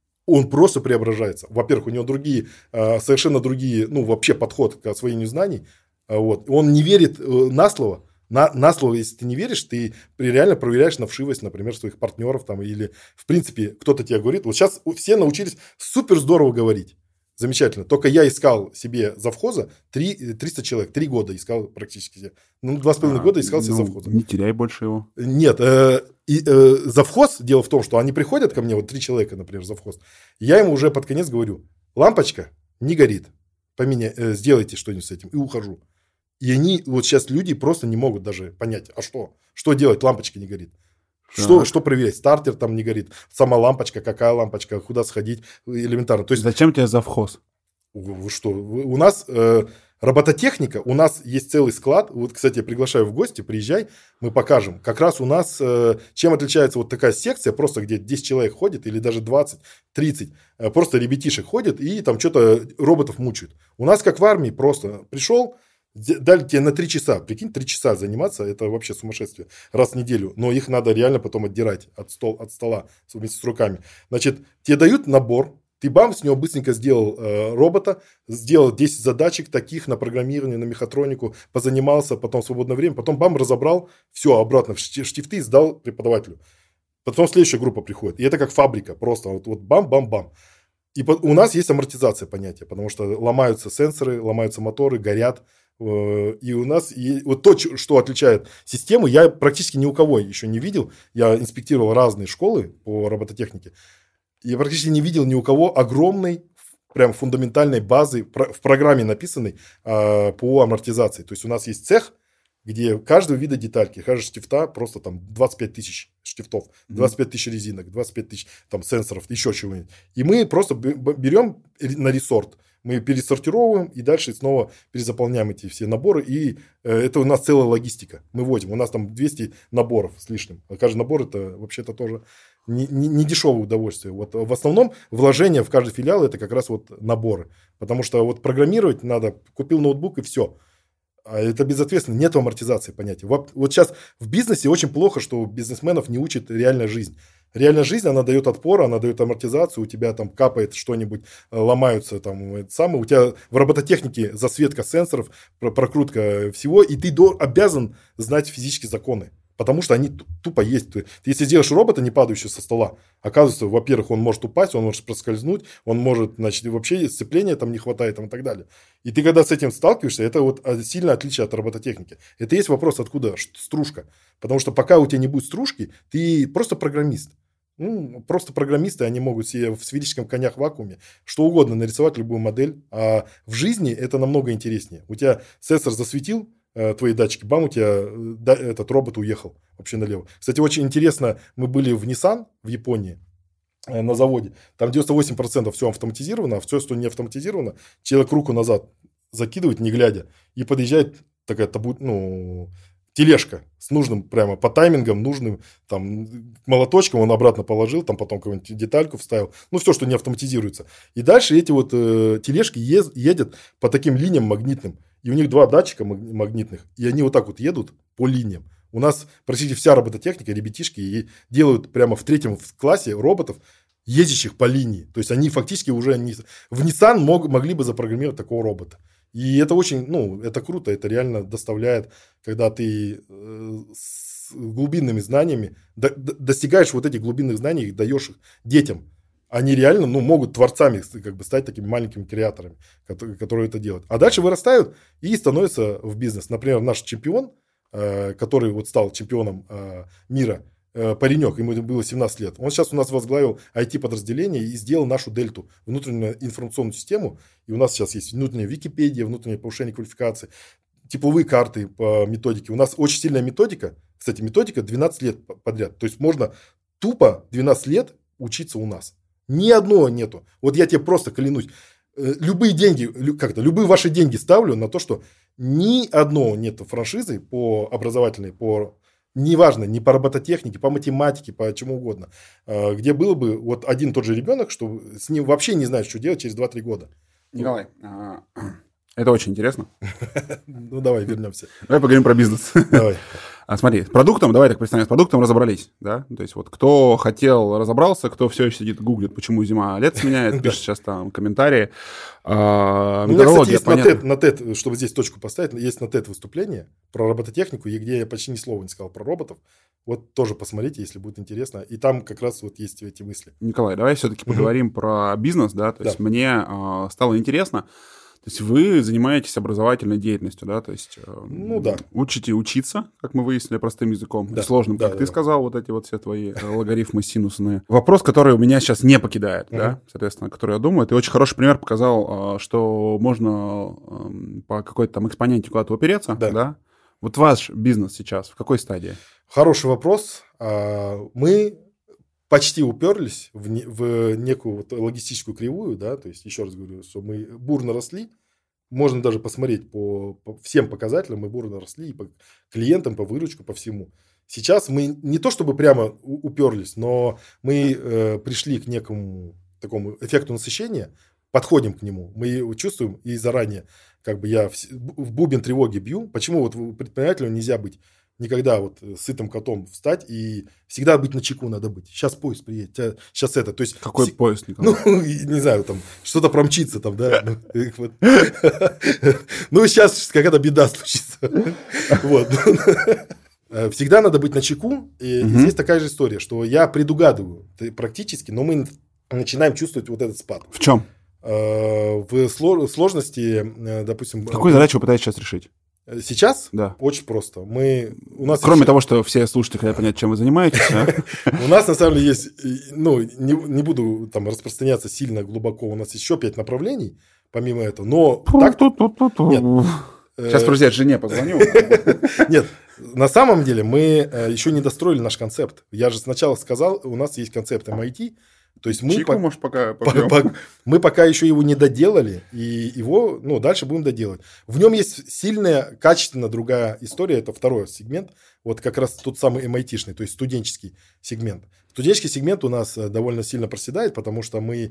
он просто преображается. Во-первых, у него другие, э, совершенно другие, ну, вообще подход к освоению знаний. Вот. Он не верит э, на слово. На, на слово, если ты не веришь, ты реально проверяешь на вшивость, например, своих партнеров там, или, в принципе, кто-то тебе говорит. Вот сейчас все научились супер здорово говорить. Замечательно. Только я искал себе завхоза триста человек, три года искал практически себе. Ну, два с половиной а, года искал себе ну, завхоза. Не теряй больше его. Нет. Э, и, э, завхоз, дело в том, что они приходят ко мне, вот три человека, например, завхоз. Я ему уже под конец говорю, лампочка не горит, поменяй, э, сделайте что-нибудь с этим, и ухожу. И они, вот сейчас люди просто не могут даже понять, а что? Что делать? Лампочка не горит. Что, что проверять? Стартер там не горит. Сама лампочка, какая лампочка, куда сходить, элементарно. То есть, зачем тебе завхоз? Вы что? У нас э, робототехника, у нас есть целый склад. Вот, кстати, я приглашаю в гости, приезжай, мы покажем. Как раз у нас, э, чем отличается вот такая секция, просто где десять человек ходит, или даже двадцать, тридцать, э, просто ребятишек ходят и там что-то роботов мучают. У нас, как в армии, просто пришел, дали тебе на три часа, прикинь, три часа заниматься, это вообще сумасшествие, раз в неделю, но их надо реально потом отдирать от, стол, от стола вместе с руками. Значит, тебе дают набор, ты бам, с него быстренько сделал э, робота, сделал десять задачек таких на программирование, на мехатронику, позанимался, потом свободное время, потом бам, разобрал, все, обратно в штифты сдал преподавателю. Потом следующая группа приходит, и это как фабрика, просто вот, вот бам-бам-бам. И по, у нас есть амортизация понятия, потому что ломаются сенсоры, ломаются моторы, горят. И у нас и вот то, что отличает систему, я практически ни у кого еще не видел. Я инспектировал разные школы по робототехнике. Я практически не видел ни у кого огромной, прям фундаментальной базы в программе написанной по амортизации. То есть у нас есть цех, где каждого вида детальки, каждого штифта просто там двадцать пять тысяч штифтов, двадцать пять тысяч резинок, двадцать пять тысяч там сенсоров, еще чего-нибудь. И мы просто берем на ресорт, мы пересортировываем и дальше снова перезаполняем эти все наборы. И э, это у нас целая логистика. Мы возим. У нас там двести наборов с лишним. А каждый набор это вообще-то тоже не, не, не дешевое удовольствие. Вот в основном вложение в каждый филиал это как раз вот наборы. Потому что вот программировать надо, купил ноутбук и все. А это безответственно, нет амортизации понятия. Вот сейчас в бизнесе очень плохо, что бизнесменов не учит реальная жизнь. Реальная жизнь, она дает отпор, она дает амортизацию, у тебя там капает что-нибудь, ломаются там, это самое, у тебя в робототехнике засветка сенсоров, прокрутка всего, и ты до, обязан знать физические законы. Потому что они тупо есть. Ты, если сделаешь робота, не падающего со стола, оказывается, во-первых, он может упасть, он может проскользнуть, он может, значит, вообще сцепления там не хватает там, и так далее. И ты, когда с этим сталкиваешься, это вот сильное отличие от робототехники. Это есть вопрос, откуда стружка. Потому что пока у тебя не будет стружки, ты просто программист. Ну, просто программисты, они могут себе в сферическом конях вакууме что угодно нарисовать, любую модель. А в жизни это намного интереснее. У тебя сенсор засветил, твои датчики, бам, у тебя да, этот робот уехал вообще налево. Кстати, очень интересно, мы были в Nissan в Японии на заводе, там девяносто восемь процентов все автоматизировано, а все, что не автоматизировано, человек руку назад закидывает, не глядя, и подъезжает такая табу, ну, тележка с нужным, прямо по таймингам, нужным там молоточком он обратно положил, там потом какую-нибудь детальку вставил, ну, все, что не автоматизируется. И дальше эти вот э, тележки ез, едят по таким линиям магнитным. И у них два датчика магнитных, и они вот так вот едут по линиям. У нас практически вся робототехника, ребятишки, и делают прямо в третьем классе роботов, ездящих по линии. То есть они фактически уже не... в Nissan мог, могли бы запрограммировать такого робота. И это очень, ну, это круто, это реально доставляет, когда ты э, с глубинными знаниями до, достигаешь вот этих глубинных знаний и даешь их детям. Они реально, ну, могут творцами как бы стать такими маленькими креаторами, которые, которые это делают. А дальше вырастают и становятся в бизнес. Например, наш чемпион, э, который вот стал чемпионом э, мира, э, паренек, ему было семнадцать лет, он сейчас у нас возглавил ай ти-подразделение и сделал нашу Дельту, внутреннюю информационную систему. И у нас сейчас есть внутренняя Википедия, внутреннее повышение квалификации, тепловые карты по методике. У нас очень сильная методика. Кстати, методика двенадцать лет подряд. То есть можно тупо двенадцать лет учиться у нас. Ни одного нету. Вот я тебе просто клянусь. Любые деньги, как-то, любые ваши деньги ставлю на то, что ни одного нету франшизы по образовательной, по, неважно, не по робототехнике, по математике, по чему угодно, где был бы вот один тот же ребенок, что с ним вообще не знает, что делать через два-три года. Николай, это очень интересно. Ну, давай вернемся. Давай поговорим про бизнес. Давай. А смотри, с продуктом, давай так представим, с продуктом разобрались, да? То есть вот кто хотел, разобрался, кто все еще сидит, гуглит, почему зима лет сменяет, пишет сейчас там комментарии. А, у меня, кстати, есть на тед, на тед, чтобы здесь точку поставить, есть на тед выступление про робототехнику, и где я почти ни слова не сказал про роботов. Вот тоже посмотрите, если будет интересно. И там как раз вот есть эти мысли. Николай, давай все-таки поговорим про бизнес, да? То есть мне э, стало интересно. То есть вы занимаетесь образовательной деятельностью, да, то есть э, ну, да. учите учиться, как мы выяснили, простым языком, да. сложным, да, как да, ты да. сказал, вот эти вот все твои логарифмы синусные. Вопрос, который у меня сейчас не покидает, uh-huh. да, соответственно, который я думаю, ты очень хороший пример показал, что можно по какой-то там экспоненте куда-то упереться, да. да. Вот ваш бизнес сейчас в какой стадии? Хороший вопрос. Мы почти уперлись в, не, в некую вот логистическую кривую, да, то есть, еще раз говорю, что мы бурно росли, можно даже посмотреть по, по всем показателям, мы бурно росли, и по клиентам, по выручку, по всему. Сейчас мы не то чтобы прямо уперлись, но мы э, пришли к некому такому эффекту насыщения, подходим к нему, мы его чувствуем, и заранее, как бы я в, в бубен тревоги бью, почему вот предпринимателю нельзя быть никогда вот сытым котом встать и всегда быть начеку надо быть. Сейчас поезд приедет, сейчас это. То есть, какой с... поезд, Николай? Ну, не знаю, там что-то промчится там, да. Ну, сейчас какая-то беда случится. Вот. Всегда надо быть начеку. И здесь такая же история, что я предугадываю практически, но мы начинаем чувствовать вот этот спад. В чем? В сложности, допустим... Какую задачу вы пытаетесь сейчас решить? Сейчас? Да. Очень просто. Мы, у нас Кроме еще... того, что все слушатели хотят понять, чем вы занимаетесь. У нас, на самом деле, есть, ну, не, не буду там распространяться сильно глубоко, у нас еще пять направлений, помимо этого, но... так... Нет. Сейчас, друзья, жене позвоню. Нет, на самом деле мы еще не достроили наш концепт. Я же сначала сказал, у нас есть концепт эм ай ти, то есть мы, Чайку, по... может, пока по... По... мы пока еще его не доделали, и его, ну, дальше будем доделать. В нем есть сильная, качественно другая история, это второй сегмент, вот как раз тот самый эм ай ти-шный, то есть студенческий сегмент. Студенческий сегмент у нас довольно сильно проседает, потому что мы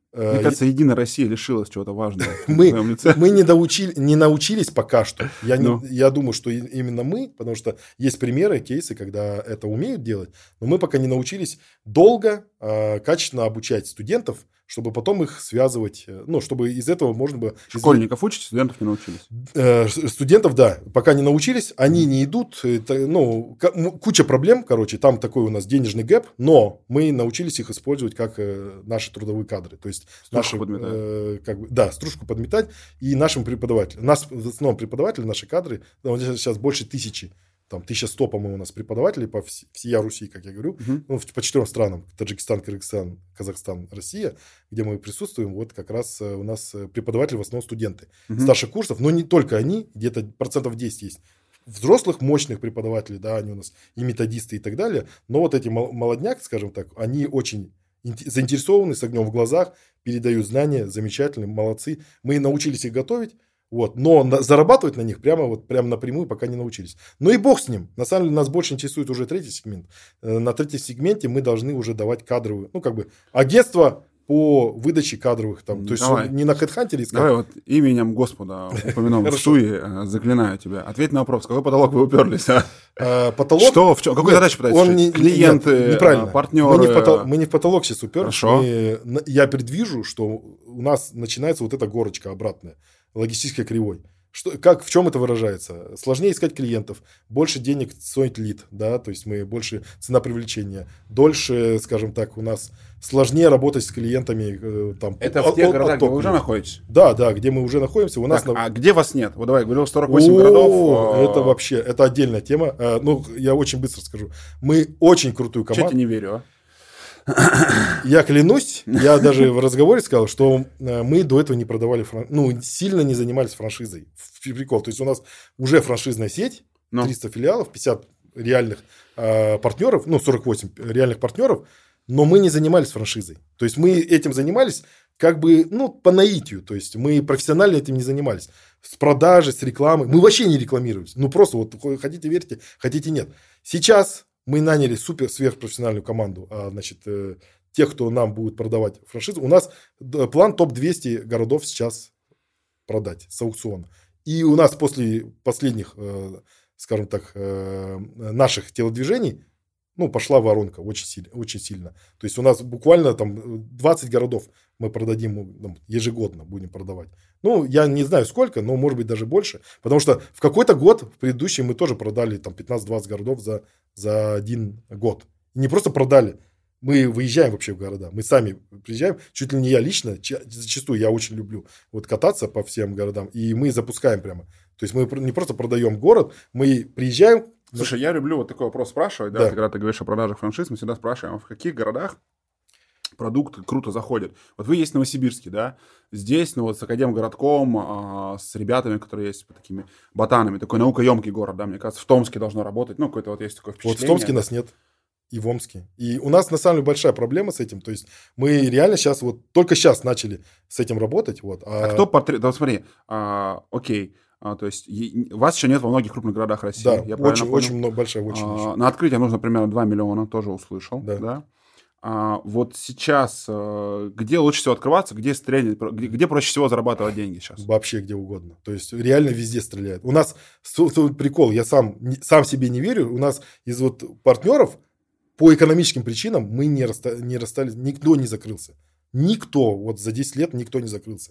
Мне кажется, Единая Россия лишилась чего-то важного. Мы, мы не, доучили, не научились пока что. Я, не, я думаю, что именно мы, потому что есть примеры, кейсы, когда это умеют делать, но мы пока не научились долго, э, качественно обучать студентов, чтобы потом их связывать, ну, чтобы из этого можно было... Школьников учите, студентов не научились? Э, студентов, да, пока не научились, они не идут, это, ну, куча проблем, короче, там такой у нас денежный гэп, но мы научились их использовать как э, наши трудовые кадры, то есть стружку наши, э, как бы, да, стружку подметать, и нашим преподавателям, нас в основном преподаватели, наши кадры, сейчас больше тысячи, там тысяча сто, по-моему, у нас преподавателей по вс- всей Руси, как я говорю, uh-huh. ну, по четырем странам, Таджикистан, Кыргызстан, Казахстан, Россия, где мы присутствуем, вот как раз у нас преподаватели в основном студенты uh-huh. старших курсов, но не только они, где-то процентов десять есть взрослых мощных преподавателей, да, они у нас и методисты и так далее, но вот эти молодняк, скажем так, они очень заинтересованы, с огнем в глазах, передают знания, замечательные, молодцы, мы научились их готовить. Вот. Но на, зарабатывать на них прямо, вот, прямо напрямую пока не научились. Ну и бог с ним. На самом деле нас больше интересует уже третий сегмент. Э, на третьем сегменте мы должны уже давать кадровые, ну как бы агентство по выдаче кадровых. Там, то есть не на HeadHunter искать. Давай вот именем Господа упомянем в Суе, заклинаю тебя. Ответь на вопрос, какой потолок вы уперлись? А? Потолок? Что? В чем? Какую задачу пытаетесь решить? Клиенты, неправильно. партнеры? Мы не, в потолок, мы не в потолок сейчас уперлись. Хорошо. Мы, я предвижу, что у нас начинается вот эта горочка обратная. Логистической кривой. Что, как, в чем это выражается? Сложнее искать клиентов, больше денег стоит лид, да, то есть мы больше цена привлечения, дольше, скажем так, у нас сложнее работать с клиентами. Там, это в тех городах, где вы уже находитесь? Да, да, где мы уже находимся. У нас так, на... А где вас нет? Вот давай, говорил сорок восемь О, городов. Это вообще, это отдельная тема. Ну, я очень быстро скажу. Мы очень крутую команду. Чего тебе не верю, а? Я клянусь, я даже в разговоре сказал, что мы до этого не продавали, фран... ну, сильно не занимались франшизой. Прикол, то есть у нас уже франшизная сеть, Но. триста филиалов, пятьдесят реальных э, партнеров, ну, сорок восемь реальных партнеров, но мы не занимались франшизой. То есть мы этим занимались как бы, ну, по наитию, то есть мы профессионально этим не занимались. С продажей, с рекламой, мы вообще не рекламировались. Ну, просто вот хотите верьте, хотите нет. Сейчас... Мы наняли супер сверхпрофессиональную команду, а, значит, э, тех, кто нам будет продавать франшизу. У нас план топ двести городов сейчас продать с аукциона. И у нас после последних, э, скажем так, э, наших телодвижений, ну, пошла воронка очень сильно, очень сильно. То есть у нас буквально там двадцать городов мы продадим там, ежегодно, будем продавать. Ну, я не знаю сколько, но может быть даже больше. Потому что в какой-то год, в предыдущий, мы тоже продали там пятнадцать-двадцать городов за, за один год. И не просто продали, мы выезжаем вообще в города. Мы сами приезжаем, чуть ли не я лично, зачастую я очень люблю вот кататься по всем городам. И мы запускаем прямо. То есть мы не просто продаем город, мы приезжаем. Слушай, я люблю вот такой вопрос спрашивать, да, да. Когда ты говоришь о продажах франшиз, мы всегда спрашиваем, в каких городах продукт круто заходит. Вот вы есть в Новосибирске, да, здесь, ну вот с Академгородком, а, с ребятами, которые есть такими ботанами, такой наукоемкий город, да, мне кажется, в Томске должно работать, ну, какое-то вот есть такое впечатление. Вот в Томске нас нет, и в Омске. И у нас, на самом деле, большая проблема с этим, то есть мы реально сейчас, вот только сейчас начали с этим работать, вот. А, а кто портрет, да, вот смотри, а, окей, А, то есть е- вас еще нет во многих крупных городах России. Да, я очень, очень много, большая очередь. А, на открытие нужно примерно два миллиона, тоже услышал. Да. Да? А, вот сейчас, а, где лучше всего открываться, где стрелять, где, где проще всего зарабатывать деньги сейчас? Вообще где угодно. То есть реально везде стреляют. У нас прикол, я сам, сам себе не верю, у нас из вот партнеров по экономическим причинам мы не, расста, не расстались, никто не закрылся. Никто, вот за десять лет никто не закрылся.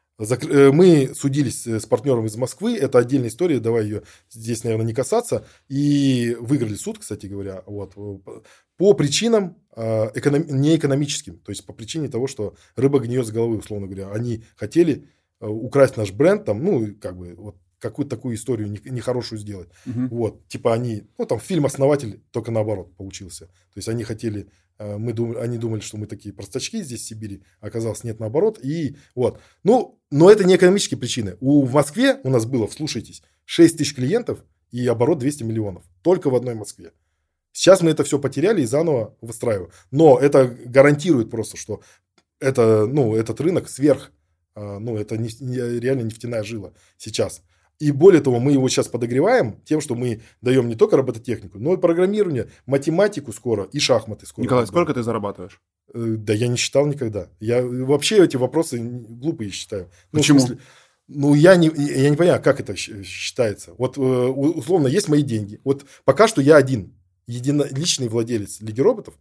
Мы судились с партнером из Москвы, это отдельная история, давай ее здесь, наверное, не касаться, и выиграли суд, кстати говоря, вот, по причинам эконом... неэкономическим, то есть по причине того, что рыба гниет с головы, условно говоря, они хотели украсть наш бренд, там, ну, как бы, вот, какую-то такую историю нехорошую сделать. Uh-huh. Вот, типа они, ну, там, фильм «Основатель» только наоборот получился, то есть они хотели... Мы думали, они думали, что мы такие простачки здесь, в Сибири. Оказалось, нет, наоборот. И вот. Ну, но это не экономические причины. У, в Москве у нас было, вслушайтесь, шесть тысяч клиентов и оборот двести миллионов. Только в одной Москве. Сейчас мы это все потеряли и заново выстраиваем. Но это гарантирует просто, что это, ну, этот рынок сверх, ну, это не, реально нефтяная жила сейчас. И более того, мы его сейчас подогреваем тем, что мы даем не только робототехнику, но и программирование, математику скоро и шахматы скоро. Николай, сколько ты зарабатываешь? Да я не считал никогда. Я вообще эти вопросы глупые считаю. Ну, почему? В смысле, ну, я не, я не понимаю, как это считается. Вот, условно, есть мои деньги. Вот пока что я один, единоличный владелец Лиги роботов.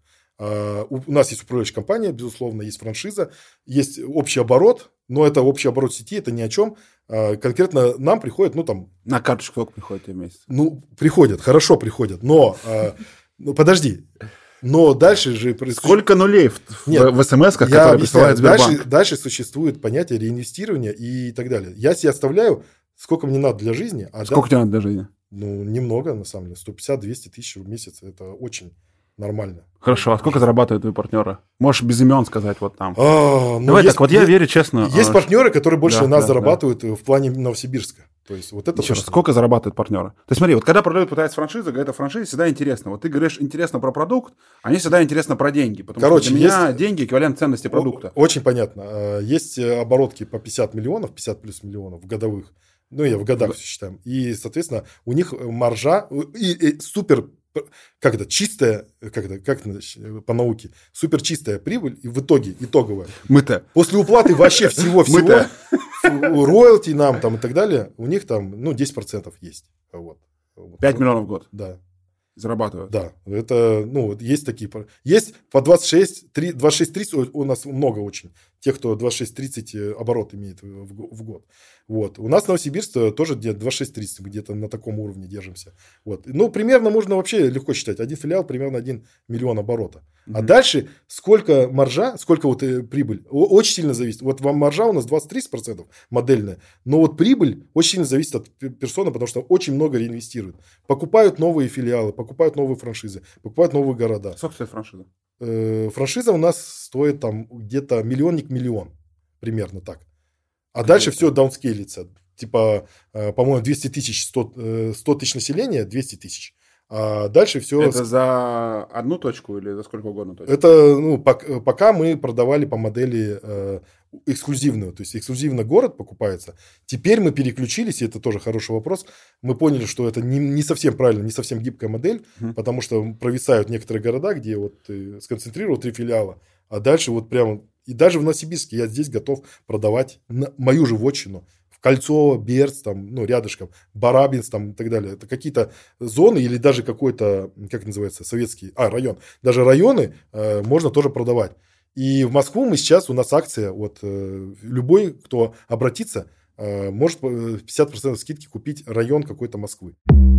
У нас есть управляющая компания, безусловно, есть франшиза, есть общий оборот, но это общий оборот сети, это ни о чем. Конкретно нам приходит, ну, там... На карточку сколько приходит в месяц? Ну, приходят, хорошо приходят, но... Ну, подожди. Но дальше же... Сколько нулей в, Нет, в смс-ках, которые присылает Сбербанк? Дальше, дальше существует понятие реинвестирования и так далее. Я себе оставляю, сколько мне надо для жизни. А сколько да, тебе надо для жизни? Ну, немного, на самом деле. сто пятьдесят - двести тысяч в месяц. Это очень нормально. Хорошо, а сколько зарабатывают твои партнеры? Можешь без имен сказать вот там. А, ну, Давай есть, так, вот я верю честно. Есть партнеры, которые больше да, нас да, зарабатывают да. в плане Новосибирска. То есть вот это Еще раз, сколько зарабатывают партнеры? То есть смотри, вот когда продают, пытаются франшизы, говорят о франшизе, всегда интересно. Вот ты говоришь интересно про продукт, они всегда интересно про деньги. Потому Короче, что для меня есть... деньги эквивалент ценности продукта. Очень понятно. Есть оборотки по пятьдесят миллионов, пятьдесят плюс миллионов годовых. Ну, я в годах все считаем. И, соответственно, у них маржа и, и супер, как это, чистая, как это, как это, по науке, супер чистая прибыль, и в итоге, итоговая. Мы-то. После уплаты вообще всего-всего, роялти нам там и так далее, у них там, ну, десять процентов есть. Вот. пять миллионов в год? Да. Зарабатывают? Да. Это, ну, есть такие. Есть по двадцать шесть тридцать у нас много очень. Тех, кто двадцать шесть тридцать оборот имеет в год. Вот. У нас Новосибирск тоже двадцать шесть тридцать, где-то на таком уровне держимся. Вот. Ну, примерно можно вообще легко считать. Один филиал, примерно один миллион оборота. Mm-hmm. А дальше сколько маржа, сколько вот прибыль, очень сильно зависит. Вот вам маржа у нас двадцать-тридцать процентов модельная, но вот прибыль очень сильно зависит от персоны, потому что очень много реинвестируют. Покупают новые филиалы, покупают новые франшизы, покупают новые города. Сколько стоит франшиза? Э, франшиза у нас стоит там где-то миллионник-миллион. Примерно так. А дальше все даунскейлится. Типа, э, по-моему, двести тысяч, сто тысяч населения, двести тысяч. А дальше все... Это за одну точку или за сколько угодно точку? Это, ну, пока, пока мы продавали по модели э, эксклюзивную. То есть, эксклюзивно город покупается. Теперь мы переключились, и это тоже хороший вопрос. Мы поняли, что это не, не совсем правильно, не совсем гибкая модель, mm-hmm. потому что провисают некоторые города, где вот ты сконцентрировал три филиала, а дальше вот прямо... И даже в Новосибирске я здесь готов продавать на мою же вотчину. Кольцо, Берц, там, ну, рядышком, Барабинск, там, и так далее. Это какие-то зоны или даже какой-то, как называется, советский, а, район. Даже районы э, можно тоже продавать. И в Москву мы сейчас, у нас акция, вот, э, любой, кто обратится, э, может пятьдесят процентов скидки купить район какой-то Москвы.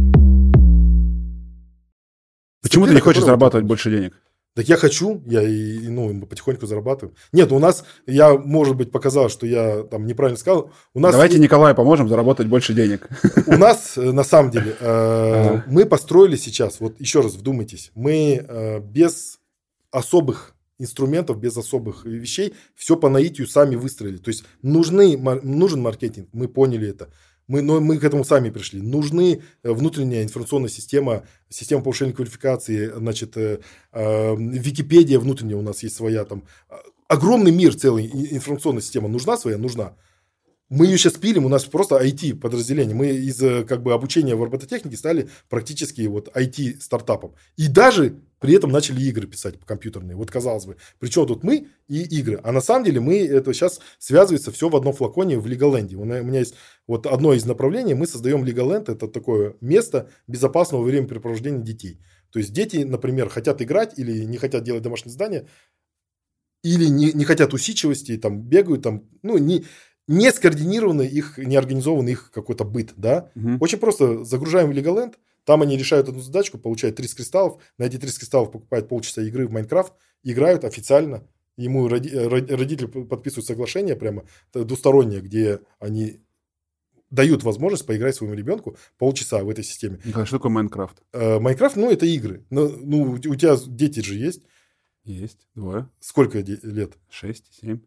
Почему ты не хочешь зарабатывать больше денег? Так я хочу, я и, ну, потихоньку зарабатываю. Нет, у нас, я, может быть, показал, что я там неправильно сказал. У нас Давайте есть... Николаю поможем заработать больше денег. У нас, на самом деле, э, мы построили сейчас, вот еще раз вдумайтесь, мы э, без особых инструментов, без особых вещей, все по наитию сами выстроили. То есть нужны, нужен маркетинг, мы поняли это. Мы, но мы к этому сами пришли. Нужны внутренняя информационная система, система повышения квалификации, значит, э, э, Википедия внутренняя у нас есть своя. Там, огромный мир, целая информационная система. Нужна своя? Нужна. Мы ее сейчас пилим, у нас просто ай ти-подразделение. Мы из как бы, обучения в робототехнике стали практически вот, ай ти-стартапом. И даже при этом начали игры писать компьютерные. Вот казалось бы, причем тут мы и игры. А на самом деле мы это сейчас связывается все в одном флаконе в Леголенде. У меня есть вот одно из направлений. Мы создаем Леголенд. Это такое место безопасного времяпрепровождения детей. То есть дети, например, хотят играть или не хотят делать домашнее задание, или не, не хотят усидчивости, там бегают, там, ну, не... не скоординированный их, не организованный их какой-то быт, да. Угу. Очень просто загружаем в Леголенд, там они решают одну задачку, получают тридцать кристаллов, на эти тридцать кристаллов покупают полчаса игры в Майнкрафт, играют официально, ему роди, родители подписывают соглашение прямо двустороннее, где они дают возможность поиграть своему ребенку полчаса в этой системе. Николай, что такое Майнкрафт? Майнкрафт, ну, это игры. Ну, ну, у тебя дети же есть? Есть, двое. Сколько лет? Шесть, семь.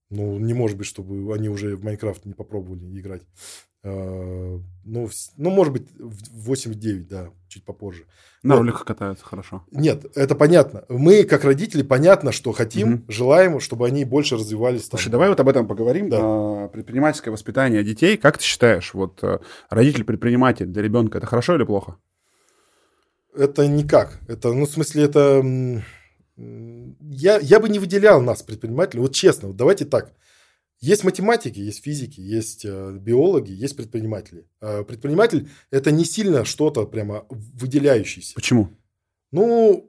Ну, не может быть, чтобы они уже в Майнкрафт не попробовали играть. Ну, ну, может быть, в восемь-девять, да, чуть попозже. На роликах катаются хорошо. Нет, это понятно. Мы, как родители, понятно, что хотим, угу. желаем, чтобы они больше развивались. Слушай, там. Давай вот об этом поговорим. Да. Предпринимательское воспитание детей. Как ты считаешь, вот родитель-предприниматель для ребенка это хорошо или плохо? Это никак. Это, ну, в смысле, это... Я, я бы не выделял нас, предпринимателей. Вот честно, вот давайте так. Есть математики, есть физики, есть э, биологи, есть предприниматели. Э, предприниматель – это не сильно что-то прямо выделяющееся. Почему? Ну,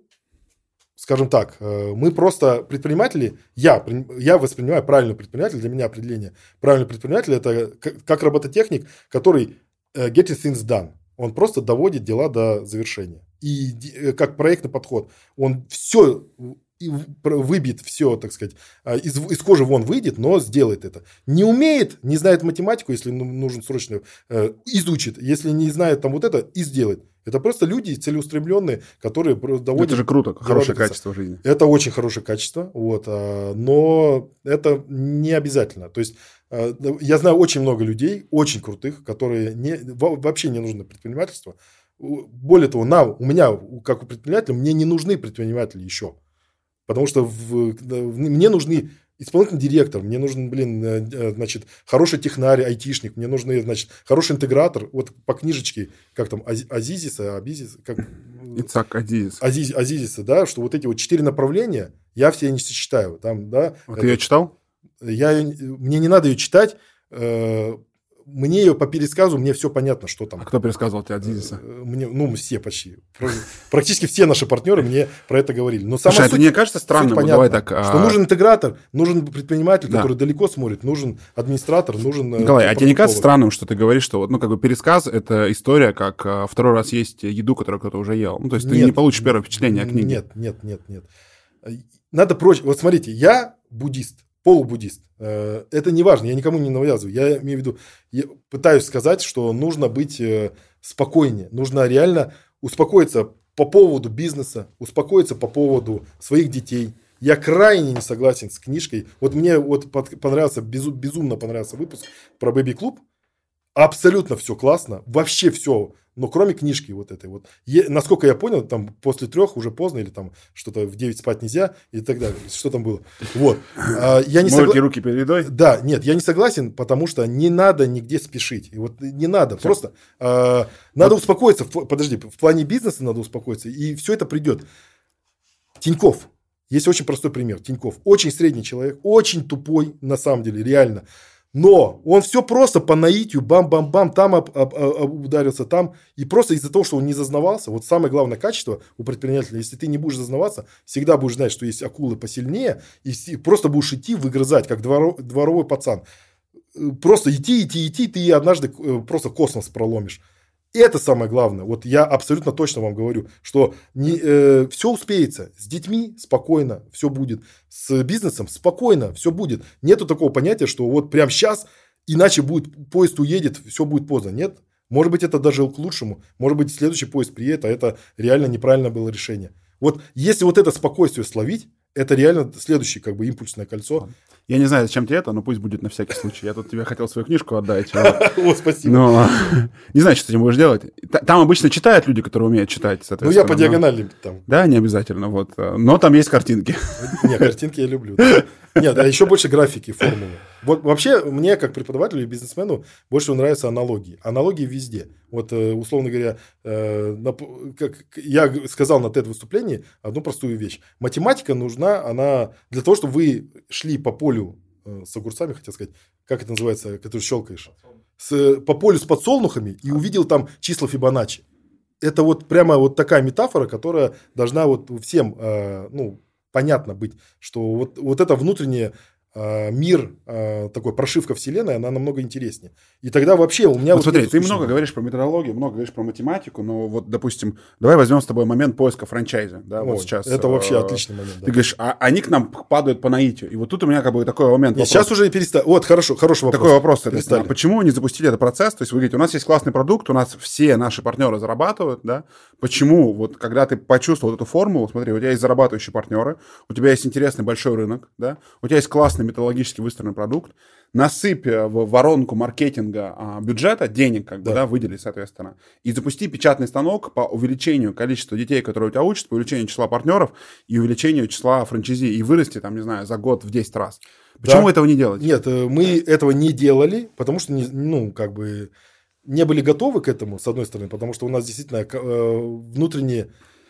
скажем так, э, мы просто предприниматели, я, я воспринимаю правильный предприниматель, для меня определение правильный предприниматель – это как, как робототехник, который э, getting things done. Он просто доводит дела до завершения. И э, как проектный подход, он все... И выбит все, так сказать, из, из кожи вон выйдет, но сделает это. Не умеет, не знает математику, если нужен срочно, э, изучит. Если не знает там вот это, и сделает. Это просто люди целеустремленные, которые доводят... Это же круто, хорошее качество жизни. Это очень хорошее качество, вот, а, но это не обязательно. То есть а, я знаю очень много людей, очень крутых, которые не, вообще не нужно предпринимательство. Более того, нам, у меня, как у предпринимателя, мне не нужны предприниматели еще. Потому что в, в, мне нужны исполнительный директор, мне нужен, блин, значит, хороший технарь, айтишник, мне нужен, значит, хороший интегратор. Вот по книжечке, как там, Азизиса, Абизис, как... Ицак Азизис. Азиз, Азизиса, да, что вот эти вот четыре направления, я все не сочетаю. Там, да, а это, ты ее читал? Я, мне не надо ее читать. Э, Мне ее по пересказу, мне все понятно, что там. А кто пересказывал тебе Азизиса? Мне, ну, все почти. Практически все наши партнеры мне про это говорили. Но сама Слушай, суть, это не кажется странным? Вот давай так, а... Что нужен интегратор, нужен предприниматель, да. который далеко смотрит, нужен администратор, нужен... Николай, а тебе не кажется странным, что ты говоришь, что вот, ну, как бы пересказ – это история, как а, второй раз есть еду, которую кто-то уже ел? Ну, то есть нет, ты не получишь первое впечатление о книге. Нет, нет, нет, нет. Надо проще. Вот смотрите, я буддист. Полубуддист. Это не важно, я никому не навязываю. Я имею в виду, я пытаюсь сказать, что нужно быть спокойнее. Нужно реально успокоиться по поводу бизнеса, успокоиться по поводу своих детей. Я крайне не согласен с книжкой. Вот мне вот понравился, безумно понравился выпуск про бэби-клуб. Абсолютно все классно, вообще все, но кроме книжки вот этой вот. Е, насколько я понял, там после трех уже поздно, или там что-то в девять спать нельзя, и так далее. Что там было? Вот. А, я не согла... руки перед едой? Да, нет, я не согласен, потому что не надо нигде спешить. И вот не надо, все. Просто а, надо вот. успокоиться. В, подожди, в плане бизнеса надо успокоиться, и все это придет. Тинькофф. Есть очень простой пример. Тинькофф. Очень средний человек, очень тупой, на самом деле, реально. Но он все просто по наитию, бам-бам-бам, там об, об, об, ударился, там. И просто из-за того, что он не зазнавался, вот самое главное качество у предпринимателя, если ты не будешь зазнаваться, всегда будешь знать, что есть акулы посильнее, и просто будешь идти, выгрызать, как дворов, дворовой пацан. Просто идти, идти, идти, ты однажды просто космос проломишь. Это самое главное. Вот я абсолютно точно вам говорю, что не, э, все успеется. С детьми спокойно все будет. С бизнесом спокойно все будет. Нету такого понятия, что вот прямо сейчас, иначе будет, поезд уедет, все будет поздно. Нет. Может быть, это даже к лучшему. Может быть, следующий поезд приедет, а это реально неправильное было решение. Вот если вот это спокойствие словить, это реально следующее как бы импульсное кольцо. Я не знаю, зачем тебе это, но пусть будет на всякий случай. Я тут тебе хотел свою книжку отдать. О, спасибо. Но не знаю, что ты с этим будешь делать. Там обычно читают люди, которые умеют читать. Ну, я по диагонали там. Да, не обязательно. Вот. Но там есть картинки. Нет, картинки я люблю. Нет, а еще больше графики, формулы. Вот вообще мне, как преподавателю и бизнесмену, больше нравятся аналогии. Аналогии везде. Вот, условно говоря, как я сказал на тед-выступлении одну простую вещь. Математика нужна, она для того, чтобы вы шли по полю с огурцами, хотел сказать, как это называется, который щелкаешь, с, по полю с подсолнухами и увидел там числа Фибоначчи. Это вот прямо вот такая метафора, которая должна вот всем, ну, понятно быть, что вот, вот это внутреннее э, мир, э, такой прошивка вселенной, она намного интереснее. И тогда вообще у меня... Вот, вот смотри, ты много говоришь про методологию, много говоришь про математику, но вот, допустим, давай возьмем с тобой момент поиска франчайза. Да, Ой, вот сейчас, это вообще э, отличный момент. Ты да. говоришь, а они к нам падают по наитию. И вот тут у меня как бы такой момент. Нет, сейчас уже перестали. Вот, хорошо, хороший вопрос. Такой вопрос. А почему не запустили этот процесс? То есть вы говорите, у нас есть классный продукт, у нас все наши партнеры зарабатывают, да? Почему, вот когда ты почувствовал эту формулу, смотри, у тебя есть зарабатывающие партнеры, у тебя есть интересный большой рынок, да, у тебя есть классный методологически выстроенный продукт, насыпь в воронку маркетинга а, бюджета, денег, как бы, да. Да, выдели, соответственно, и запусти печатный станок по увеличению количества детей, которые у тебя учатся, по увеличению числа партнеров и увеличению числа франчайзи, и вырасти, там, не знаю, за год в десять раз. Почему да. этого не делать? Нет, мы этого не делали, потому что, ну, как бы, не были готовы к этому, с одной стороны, потому что у нас действительно внутренние...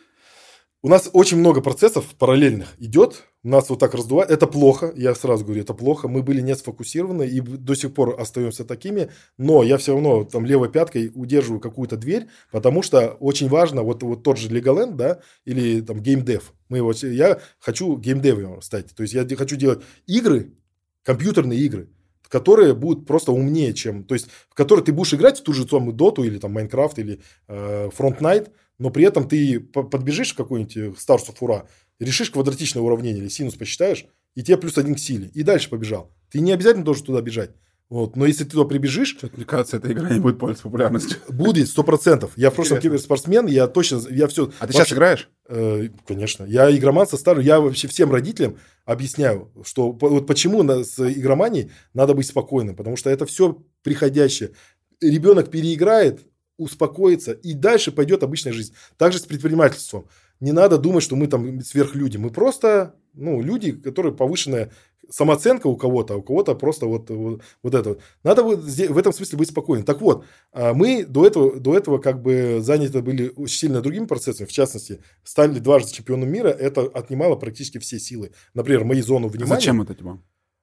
У нас очень много процессов параллельных идет, нас вот так раздувает. Это плохо, я сразу говорю, это плохо. Мы были не сфокусированы и до сих пор остаемся такими, но я все равно там левой пяткой удерживаю какую-то дверь, потому что очень важно, вот, вот тот же Legoland, да, или там геймдев. Мы его, я хочу геймдевом стать, то есть я хочу делать игры, компьютерные игры, которые будут просто умнее, чем... То есть, в которые ты будешь играть в ту же самую Доту или там Майнкрафт или э, Fortnite, но при этом ты подбежишь в какой-нибудь Stars of Ura, решишь квадратичное уравнение или синус посчитаешь, и тебе плюс один к силе. И дальше побежал. Ты не обязательно должен туда бежать. Вот. Но если ты туда прибежишь... Что-то, мне кажется, эта игра не будет пользоваться популярностью. Будет, сто процентов. Я в прошлом киберспортсмен, я точно... Я все, а ты вообще, сейчас играешь? Э, конечно. Я игроман со старым. Я вообще всем родителям объясняю, что вот почему на, с игроманией надо быть спокойным. Потому что это все приходящее. Ребенок переиграет, успокоится, и дальше пойдет обычная жизнь. Также с предпринимательством. Не надо думать, что мы там сверхлюди. Мы просто, ну, люди, которые повышенная самооценка у кого-то, а у кого-то просто вот, вот, вот это. Надо вот здесь, в этом смысле быть спокойным. Так вот, мы до этого, до этого как бы заняты были очень сильно другими процессами. В частности, стали дважды чемпионом мира. Это отнимало практически все силы. Например, мои зону внимания. А зачем это тебе?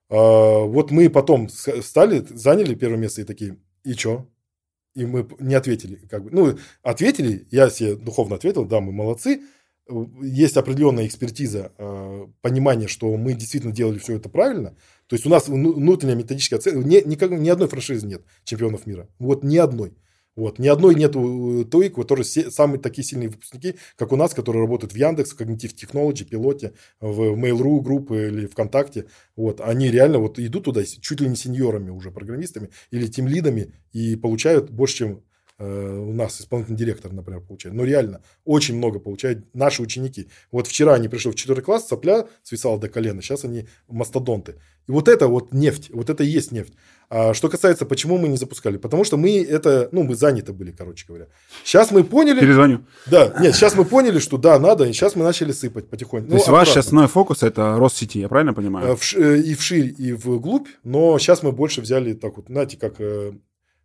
Вот мы потом стали, заняли первое место и такие, и что? И мы не ответили. Как бы. Ну, ответили, я себе духовно ответил, да, мы молодцы. Есть определенная экспертиза, понимание, что мы действительно делали все это правильно. То есть у нас внутренняя методическая оценка. Ни, никак, ни одной франшизы нет чемпионов мира. Вот ни одной. Вот, ни одной нету той, которые самые такие сильные выпускники, как у нас, которые работают в Яндекс, в Cognitive Technology, Пилоте, в Mail.ru группы или ВКонтакте. Вот, они реально вот идут туда чуть ли не сеньорами уже, программистами или тимлидами и получают больше, чем э, у нас исполнительный директор, например, получает. Но реально очень много получают наши ученики. Вот вчера они пришли в четвертый класс, сопля свисала до колена, сейчас они мастодонты. И вот это вот нефть, вот это и есть нефть. А что касается, почему мы не запускали? Потому что мы это, ну, мы заняты были, короче говоря. Сейчас мы поняли... Перезвоню. Да, нет, сейчас мы поняли, что да, надо, и сейчас мы начали сыпать потихоньку. То ну, есть аккуратно. Ваш основной фокус – это рост сети, я правильно понимаю? В, и вширь, и вглубь, но сейчас мы больше взяли так вот, знаете, как э,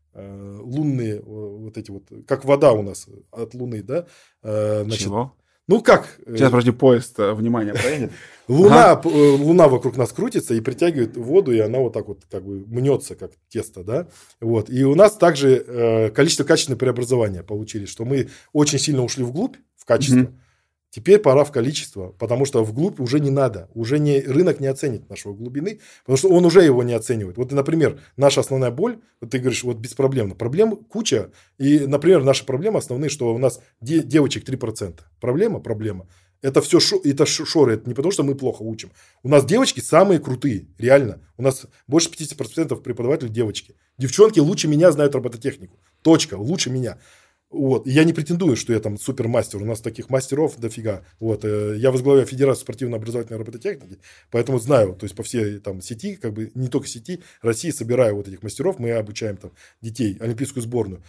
э, лунные вот эти вот, как вода у нас от Луны, да? Э, значит, чего? Ну как? Сейчас, подожди, поезд внимания проедет. Луна, ага. Луна вокруг нас крутится и притягивает воду, и она вот так вот как бы мнется, как тесто, да? Вот. И у нас также э, количество качественного преобразования получились, что мы очень сильно ушли вглубь, в качество. Mm-hmm. Теперь пора в количество, потому что вглубь уже не надо. Уже не, рынок не оценит нашего глубины, потому что он уже его не оценивает. Вот, например, наша основная боль, вот ты говоришь, вот беспроблемно. Проблем куча. И, например, наши проблемы основные, что у нас де, девочек три процента. Проблема? Проблема. Это все шо, это шоры. Это не потому, что мы плохо учим. У нас девочки самые крутые. Реально. У нас больше пятьдесят процентов преподавателей девочки. Девчонки лучше меня знают робототехнику. Точка. Лучше меня. Вот. Я не претендую, что я там супермастер. У нас таких мастеров дофига. Вот. Я возглавляю Федерацию спортивно-образовательной робототехники, поэтому знаю, то есть по всей там сети, как бы не только сети, России собираю вот этих мастеров, мы обучаем там детей, олимпийскую сборную.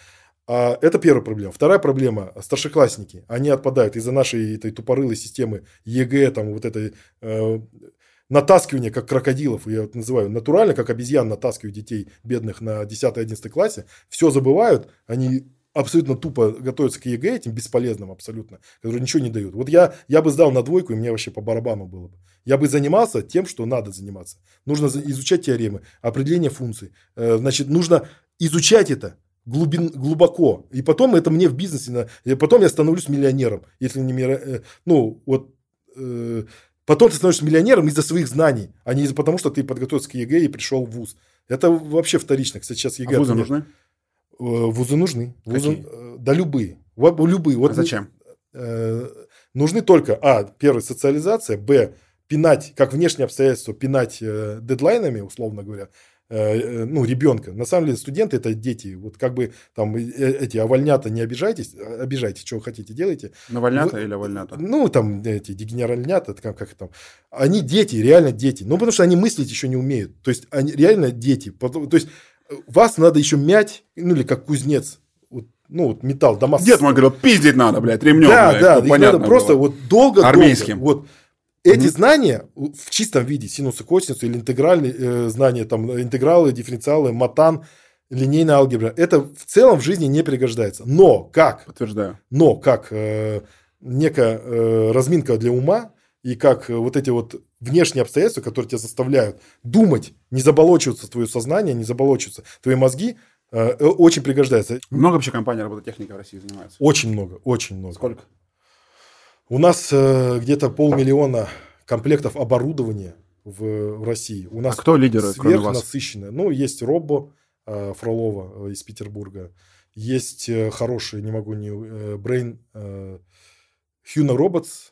А это первая проблема. Вторая проблема, старшеклассники, они отпадают из-за нашей этой тупорылой системы ЕГЭ, там вот этой э, натаскивания, как крокодилов, я это называю, натурально, как обезьян натаскивают детей бедных на десятом-одиннадцатом классе, все забывают, они абсолютно тупо готовятся к ЕГЭ, этим бесполезным абсолютно, которые ничего не дают. Вот я, я бы сдал на двойку, и мне вообще по барабану было бы. Я бы занимался тем, что надо заниматься. Нужно изучать теоремы, определение функций. Значит, нужно изучать это глубин, глубоко. И потом это мне в бизнесе, потом я становлюсь миллионером. Если не, ну, вот, потом ты становишься миллионером из-за своих знаний, а не из-за потому, что ты подготовился к ЕГЭ и пришел в вуз. Это вообще вторично. Кстати, сейчас ЕГЭ... А вузы нужны? Вузы нужны. Вузы, да, любые. Любые. Вот, а зачем? Э, нужны только, а, первая, социализация, б, пинать, как внешние обстоятельства, пинать э, дедлайнами, условно говоря, ну, ребенка. На самом деле студенты – это дети. Вот как бы там эти овольнята, не обижайтесь, обижайтесь, что вы хотите, делайте. Навольнята вы, или овольнята? Ну, там эти дегенеральнята, как, как там. Они дети, реально дети. Ну, потому что они мыслить еще не умеют. То есть, они реально дети. То есть, вас надо еще мять, ну, или как кузнец. Ну, вот металл, Дамаск. Дед мой говорил, пиздить надо, блядь, ремнем. Да, блядь, да, ну, их надо просто было. вот долго-долго. Армейским. Вот. Эти mm-hmm. знания в чистом виде, синусы, косинусы или интегральные э, знания, там, интегралы, дифференциалы, матан, линейная алгебра, это в целом в жизни не пригождается. Но как? Подтверждаю. Но как э, некая э, разминка для ума и как э, вот эти вот внешние обстоятельства, которые тебя заставляют думать, не заболочиваться твое сознание, не заболочиваться твои мозги, э, очень пригождается. Много вообще компаний робототехники в России занимаются? Очень много, очень много. Сколько? У нас э, где-то полмиллиона комплектов оборудования в, в России. У нас а кто лидеры, кроме вас? Сверхнасыщенная. Ну, есть Робо э, Фролова э, из Петербурга. Есть э, хороший, не могу не... Э, Brain... Э, Hyuna Robots.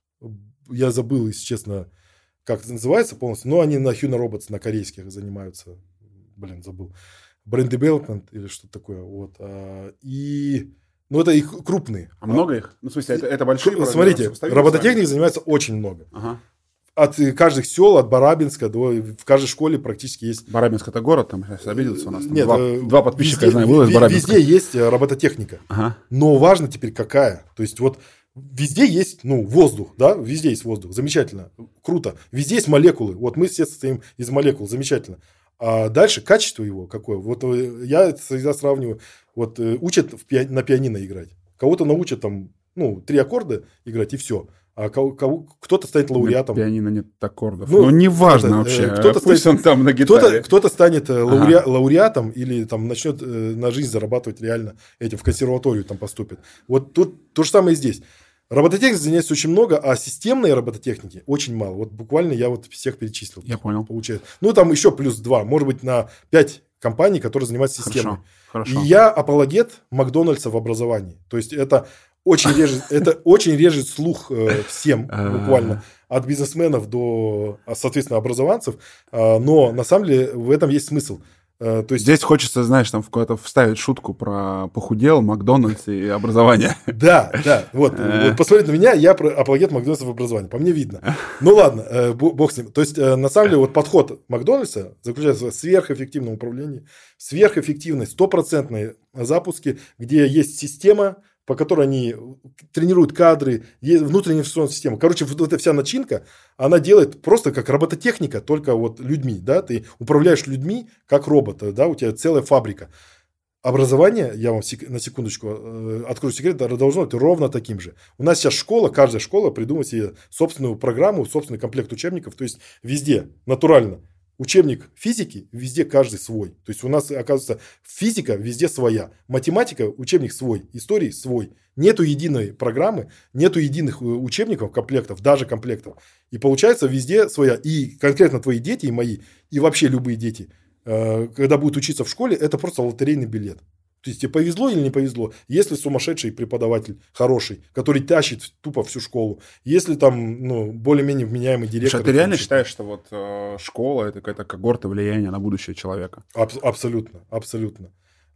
Я забыл, если честно, как это называется полностью. Но они на Hyuna Robots, на корейских занимаются. Блин, забыл. Brain Development или что-то такое. Вот. А, и... Ну, это их крупные. А много их? Ну, в смысле, это, это большие? Смотрите, робототехники занимаются очень много. Ага. От каждых сел, от Барабинска до... В каждой школе практически есть... Барабинск – это город? Там сейчас обиделся у нас. Там Нет, два, э, два подписчика, везде, я знаю, было из Барабинска. Везде есть робототехника. Ага. Но важно теперь какая. То есть, вот везде есть, ну, воздух, да? Везде есть воздух. Замечательно. Круто. Везде есть молекулы. Вот мы все состоим из молекул. Замечательно. А дальше качество его какое? Вот я всегда сравниваю. Вот учат в пи... на пианино играть. Кого-то научат там, ну, три аккорда играть и все. А кого, кого, кто-то станет лауреатом. На пианино нет аккордов. Ну, ну неважно это, вообще. Кто-то Пусть станет, он там на гитаре. Кто-то, кто-то станет лауре, ага. лауреатом или там начнет на жизнь зарабатывать реально этим, в консерваторию там поступит. Вот тут то же самое и здесь. Робототехники занимается очень много, а системной робототехники очень мало. Вот буквально я вот всех перечислил. Я понял. Получается. Ну, там еще плюс два. Может быть, на пять компаний, которые занимаются системой. Хорошо, хорошо. И я апологет Макдональдса в образовании. То есть, это очень режет, это очень режет слух э, всем буквально. От бизнесменов до, соответственно, образованцев. Э, но, на самом деле, в этом есть смысл. То есть... Здесь хочется, знаешь, там в какую-то вставить шутку про похудел, Макдональдс и образование. Да, да. Вот, вот посмотрите на меня, я апологет Макдональдса в образовании. По мне видно. Ну ладно, бог с ним. То есть, на самом деле, вот подход Макдональдса заключается в сверхэффективном управлении, сверхэффективной, стопроцентной запуске, где есть система, по которой они тренируют кадры, внутренняя информационная система. Короче, вот эта вся начинка, она делает просто как робототехника, только вот людьми, да, ты управляешь людьми как робота, да, у тебя целая фабрика. Образование, я вам на секундочку э, открою секрет, должно быть ровно таким же. У нас сейчас школа, каждая школа придумывает себе собственную программу, собственный комплект учебников, то есть везде, натурально. Учебник физики везде каждый свой. То есть у нас, оказывается, физика везде своя. Математика, учебник свой. Истории свой. Нету единой программы, нету единых учебников, комплектов, даже комплектов. И получается везде своя. И конкретно твои дети и мои, и вообще любые дети, когда будут учиться в школе, это просто лотерейный билет. То есть тебе повезло или не повезло. Если сумасшедший преподаватель хороший, который тащит тупо всю школу, если там, ну, более-менее вменяемый директор. А ты реально считаешь, что вот э, школа это какая-то когорта влияния на будущее человека? Аб- абсолютно, абсолютно.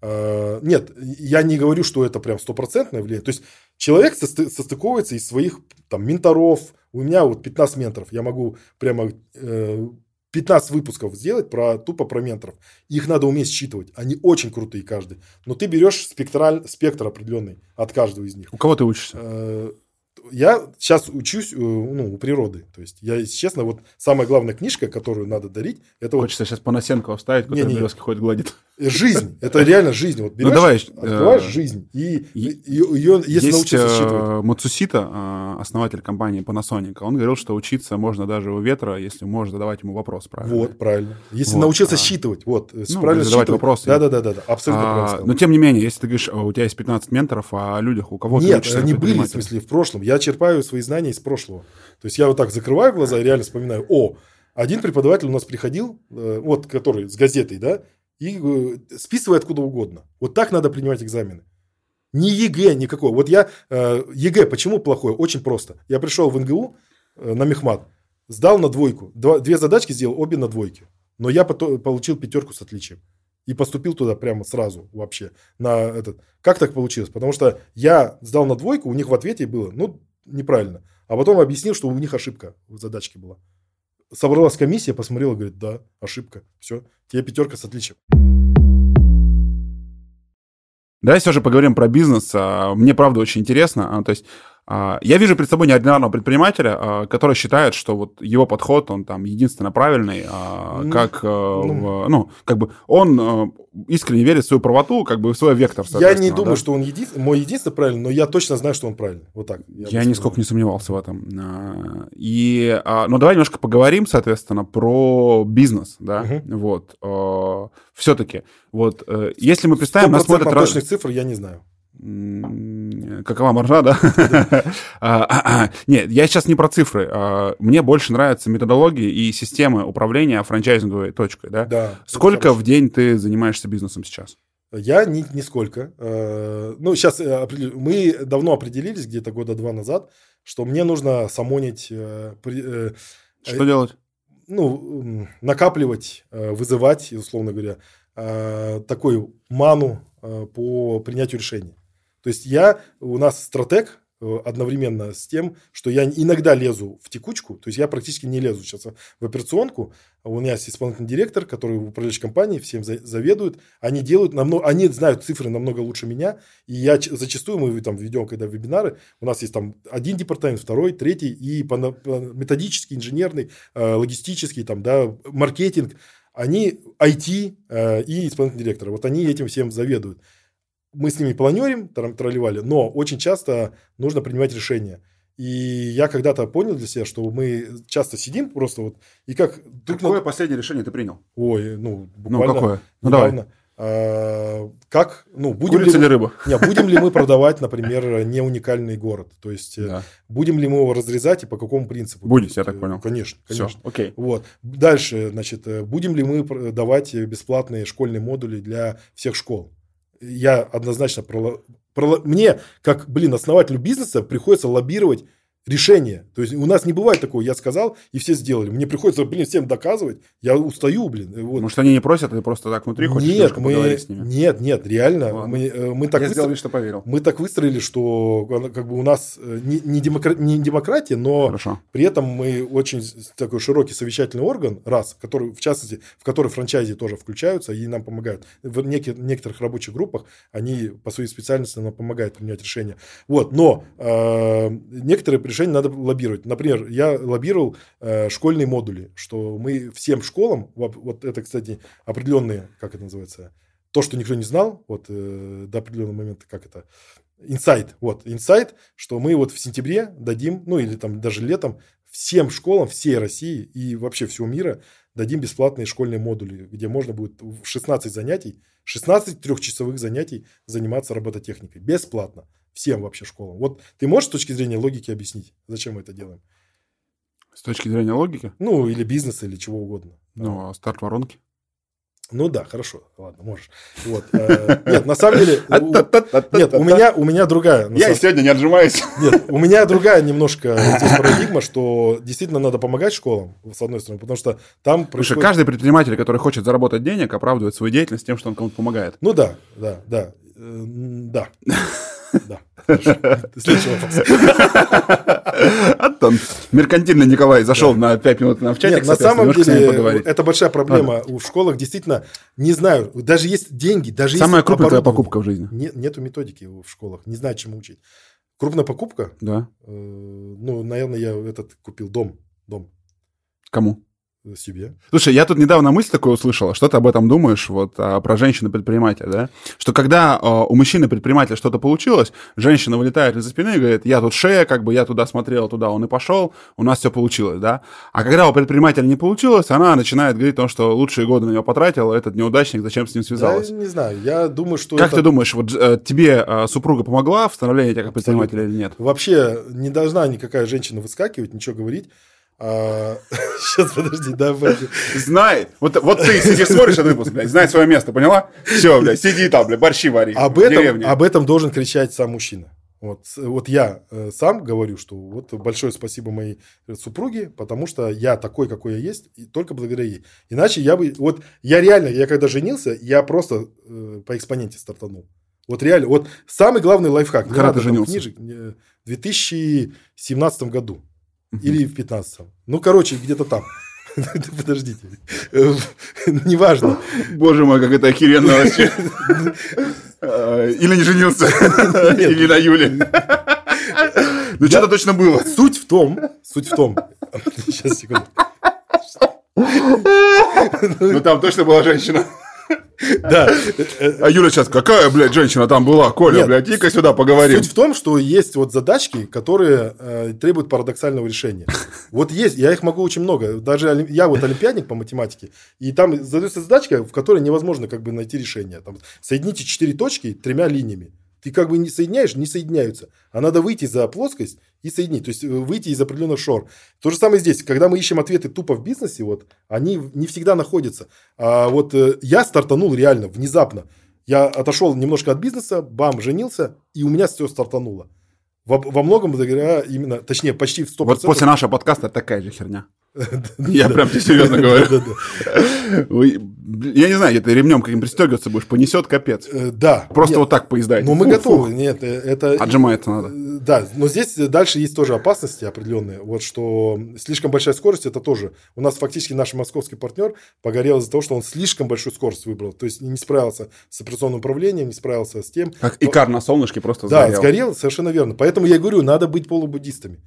Э, нет, я не говорю, что это прям стопроцентное влияние. То есть человек состы- состыковывается из своих там менторов. У меня вот пятнадцать менторов. Я могу прямо... Э, пятнадцать выпусков сделать про, тупо про менторов. Их надо уметь считывать. Они очень крутые каждый. Но ты берешь спектраль, спектр определенный от каждого из них. У кого ты учишься? Я сейчас учусь, ну, у природы. То есть, я, если честно, вот самая главная книжка, которую надо дарить, это Хочется вот... сейчас Панасенкова вставить, который не, не. березки ходит, гладит. Жизнь. Это реально жизнь. Вот берешь, ну, давай, открываешь э... жизнь. И ее, если Есть научиться считывать. Мацусита, основатель компании Panasonic, он говорил, что учиться можно даже у ветра, если можешь задавать ему вопрос правильно. Вот, правильно. Если вот, научиться а... считывать. Вот, ну, правильно задавать считывать. вопросы. Да, да, да, да, да. Абсолютно а, правильно. Но тем не менее, если ты говоришь, у тебя есть пятнадцать менторов, а о людях, у кого Нет, ты учишься? они были, в смысле, в прошлом. Я черпаю свои знания из прошлого. То есть я вот так закрываю глаза и реально вспоминаю, о, один преподаватель у нас приходил, вот, который с газетой, да, и списывает откуда угодно. Вот так надо принимать экзамены. Ни ЕГЭ никакого. Вот я, ЕГЭ почему плохое? Очень просто. Я пришел в эн гэ у на мехмат, сдал на двойку. Два, две задачки сделал, обе на двойке. но я потом получил пятерку с отличием. И поступил туда прямо сразу вообще. На этот. Как так получилось? Потому что я сдал на двойку, у них в ответе было, ну, неправильно. А потом объяснил, что у них ошибка в задачке была. Собралась комиссия, посмотрела, говорит, да, ошибка. Все, тебе пятерка с отличием. Давай все же поговорим про бизнес. Мне, правда, очень интересно. То есть я вижу перед собой неординарного предпринимателя, который считает, что вот его подход, он там единственно правильный, как, ну, ну, как бы он искренне верит в свою правоту, как бы в свой вектор. Я не думаю, да? что он еди... мой единственный правильный, но я точно знаю, что он правильный. Вот так. Я, я нисколько не сомневался в этом. И, ну, давай немножко поговорим, соответственно, про бизнес, да, угу. Вот. Все-таки, вот, если мы представим... Нас смотрят точных цифр я не знаю. Какова маржа, да? Нет, я сейчас не про цифры. Мне больше нравятся методологии и системы управления франчайзинговой точкой, да? Да. Сколько в день ты занимаешься бизнесом сейчас? Я ни, нисколько. Ну, сейчас мы давно определились, где-то года два назад, что мне нужно самонить... Что делать? Ну, накапливать, вызывать, условно говоря, такую ману по принятию решений. То есть я, у нас стратег одновременно с тем, что я иногда лезу в текучку, то есть я практически не лезу сейчас в операционку. У меня есть исполнительный директор, который в управляющей компании всем заведует. Они делают намного, они знают цифры намного лучше меня. И я зачастую мы там ведем, когда вебинары, у нас есть там один департамент, второй, третий, и методический, инженерный, логистический, там, да, маркетинг. Они ай ти э, и исполнительный директор. Вот они этим всем заведуют. Мы с ними планерим, тролливали, но очень часто нужно принимать решения. И я когда-то понял для себя, что мы часто сидим просто вот и как... Какое на... последнее решение ты принял? Ой, ну, буквально... Ну, какое? Ну, недавно. давай. А, как, ну, будем Курица ли, или рыба? Не, будем ли мы продавать, например, не уникальный город? То есть, да. Будем ли мы его разрезать и по какому принципу? Будете, я так понял. Конечно, конечно. Все, окей. Вот. Дальше, значит, будем ли мы давать бесплатные школьные модули для всех школ? Я однозначно... Про, про, мне, как, блин, основателю бизнеса, приходится лоббировать решение. То есть у нас не бывает такого, я сказал, и все сделали. Мне приходится, блин, всем доказывать. Я устаю, блин. Вот. Может, они не просят, ты просто так внутри хочешь нет, мы, поговорить с ними? Нет, нет, реально. Мы, мы так я выстро... сделал вид, что поверил. Мы так выстроили, что как бы у нас не, не, демокра... не демократия, но Хорошо. При этом мы очень такой широкий совещательный орган, раз, который, в частности, в который франчайзи тоже включаются и нам помогают. В неких, некоторых рабочих группах они по своей специальности нам помогают принимать решения. Вот, но э, некоторые решения надо лоббировать. Например, я лоббировал э, школьные модули, что мы всем школам, вот, вот это, кстати, определенные, как это называется, то, что никто не знал, вот э, до определенного момента, как это, инсайт, вот, инсайт, что мы вот в сентябре дадим, ну или там даже летом, всем школам всей России и вообще всего мира дадим бесплатные школьные модули, где можно будет в шестнадцать занятий, шестнадцать трехчасовых занятий заниматься робототехникой. Бесплатно. Всем вообще школам. Вот ты можешь с точки зрения логики объяснить, зачем мы это делаем? С точки зрения логики? Ну, или бизнеса, или чего угодно. Ну, а старт воронки? Ну да, хорошо, ладно, можешь. Вот. Нет, на самом деле, нет, у меня, у меня другая. Я сегодня не отжимаюсь. Нет, у меня другая немножко здесь парадигма, что действительно надо помогать школам, с одной стороны, потому что там происходит... Слушай, каждый предприниматель, который хочет заработать денег, оправдывает свою деятельность тем, что он кому-то помогает. Ну да, да, да, да. Да. Следующий вопрос. Антон, меркантильный Николай зашел да. на пять минут на в чатик. Нет, на самом деле, это большая проблема. Ладно. В школах действительно, не знаю, даже есть деньги. Даже Самая крупная твоя покупка в жизни? Нет, нету методики в школах, не знаю, чему учить. Крупная покупка? Да. Э, ну, наверное, я этот купил дом. Дом. Кому? Себе. Слушай, я тут недавно мысль такую услышал, что ты об этом думаешь, вот, а, про женщину-предпринимателя, да? Что когда а, у мужчины-предпринимателя что-то получилось, женщина вылетает из-за спины и говорит, я тут шея, как бы я туда смотрел, туда он и пошел, у нас все получилось, да? А когда у предпринимателя не получилось, она начинает говорить о том, что лучшие годы на него потратила, этот неудачник, зачем с ним связалась? Я не знаю, я думаю, что Как это... ты думаешь, вот тебе а, супруга помогла в становлении тебя как предпринимателя или нет? Вообще не должна никакая женщина выскакивать, ничего говорить. А, сейчас, подожди, да, знай, вот, вот ты сидишь, смотришь этот выпуск, блядь, знай свое место, поняла? Все, блядь, сиди там, блядь, борщи вари. Об этом, об этом должен кричать сам мужчина. Вот, вот я э, сам говорю, что вот большое спасибо моей супруге, потому что я такой, какой я есть, и только благодаря ей. Иначе я бы... Вот я реально, я когда женился, я просто э, по экспоненте стартанул. Вот реально. Вот самый главный лайфхак. Когда ты женился? Книжек, в две тысячи семнадцатом году. Или в пятнадцатом. Ну, короче, где-то там. Подождите. Неважно. Боже мой, как это охеренно вообще. Или не женился. Или на Юле. Ну, что-то точно было. Суть в том, суть в том. Сейчас, секунду. Ну, там точно была женщина. Да. А Юля сейчас, какая, блядь, женщина там была? Коля, Нет, блядь, иди-ка сюда поговорим. Суть в том, что есть вот задачки, которые э, требуют парадоксального решения. Вот есть, я их могу очень много. Даже я вот олимпиадник по математике, и там задается задачка, в которой невозможно как бы найти решение. Там, соедините четыре точки тремя линиями. Ты как бы не соединяешь, не соединяются. А надо выйти за плоскость и соединить. То есть выйти из определенных шор. То же самое здесь. Когда мы ищем ответы тупо в бизнесе, вот, они не всегда находятся. А вот э, я стартанул реально, внезапно. Я отошел немножко от бизнеса, бам, женился, и у меня все стартануло. Во, во многом благодаря именно, точнее, почти в сто процентов. Вот после нашего подкаста такая же херня. Я прям тебе серьезно говорю. Я не знаю, ты ремнем каким пристегиваться будешь, понесет капец. Да. Просто вот так поездать. Но мы готовы. Нет, это... Отжимается надо. Да, но здесь дальше есть тоже опасности определенные. Вот что слишком большая скорость, это тоже... У нас фактически наш московский партнер погорел из-за того, что он слишком большую скорость выбрал. То есть не справился с операционным управлением, не справился с тем... Как Икар на солнышке просто сгорел. Да, сгорел, совершенно верно. Поэтому я говорю, надо быть полубуддистами.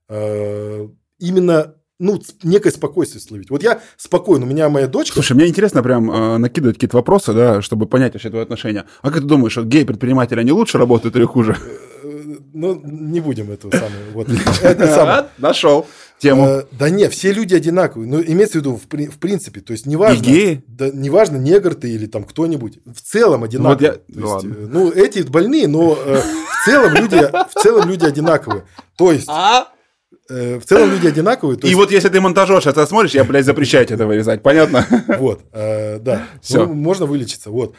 Именно... Ну, некое спокойствие словить. Вот я спокойно, у меня моя дочка... Слушай, мне интересно прям э, накидывать какие-то вопросы, да, чтобы понять вообще твое отношение. А как ты думаешь, что гей-предприниматели, они лучше работают или хуже? Ну, не будем этого самого. Вот. Это самое. Нашел тему. Э, да нет, все люди одинаковые. Ну, имеется в виду, в, в принципе, то есть неважно... И геи? Да, неважно, негр ты или там кто-нибудь. В целом одинаковые. Ну, вот я... есть, э, ну, эти больные, но э, в, целом люди, в целом люди одинаковые. То есть... А? В целом люди одинаковые. И есть... вот если ты монтажер, это смотришь, я, блядь, запрещаю тебе это вырезать, понятно? Вот, э, да. Все. Ну, можно вылечиться, вот.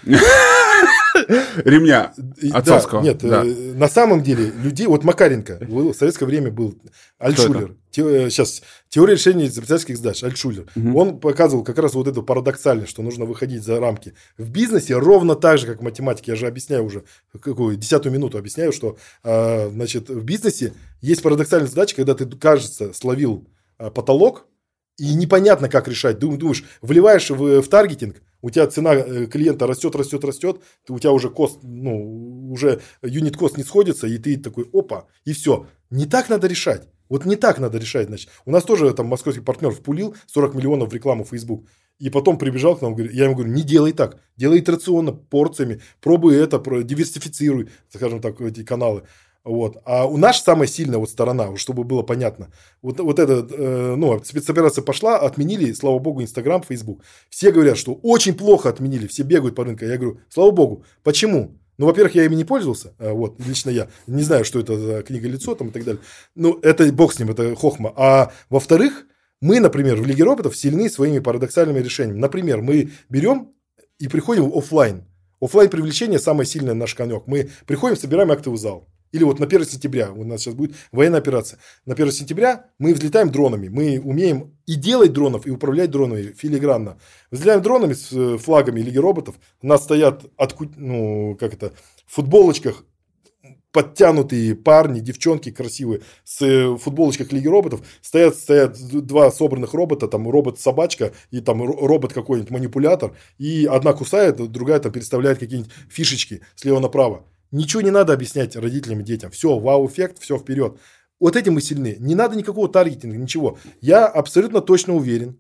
Ремня отцовского. Да, нет, да. Э, на самом деле людей... Вот Макаренко, в советское время был Альтшулер. Те, сейчас, теория решения изобретательских задач, Альтшулер. Угу. Он показывал как раз вот эту парадоксальность, что нужно выходить за рамки. В бизнесе ровно так же, как в математике. Я же объясняю уже, какую, десятую минуту объясняю, что э, значит, в бизнесе есть парадоксальная задача, когда ты, кажется, словил э, потолок, и непонятно, как решать. Думаешь, вливаешь в, в таргетинг, у тебя цена клиента растет, растет, растет, у тебя уже кост, ну, уже юнит-кост не сходится, и ты такой, опа, и все. Не так надо решать. Вот не так надо решать. Значит. У нас тоже там московский партнер впулил сорок миллионов в рекламу в Facebook. И потом прибежал к нам, я ему говорю, не делай так, делай итерационно, порциями, пробуй это, диверсифицируй, скажем так, эти каналы. Вот. А у нас самая сильная вот сторона, чтобы было понятно. Вот, вот эта, э, ну, спецоперация пошла, отменили, слава богу, Инстаграм, Фейсбук. Все говорят, что очень плохо отменили, все бегают по рынку. Я говорю, слава богу, почему? Ну, во-первых, я ими не пользовался, вот, лично я. Не знаю, что это за книга-лицо там и так далее. Ну, это бог с ним, это хохма. А во-вторых, мы, например, в Лиге роботов сильны своими парадоксальными решениями. Например, мы берем и приходим в офлайн. Офлайн привлечение самое сильное наш конек. Мы приходим, собираем актовый зал. Или вот на первое сентября, у нас сейчас будет военная операция. На первое сентября мы взлетаем дронами. Мы умеем и делать дронов, и управлять дронами филигранно. Взлетаем дронами с флагами Лиги роботов. У нас стоят отку... ну, как это, в футболочках подтянутые парни, девчонки красивые с футболочках Лиги роботов. Стоят, стоят два собранных робота, там робот-собачка и там робот какой-нибудь манипулятор. И одна кусает, другая там переставляет какие-нибудь фишечки слева направо. Ничего не надо объяснять родителям и детям. Все, вау-эффект, все вперед. Вот этим мы сильны. Не надо никакого таргетинга, ничего. Я абсолютно точно уверен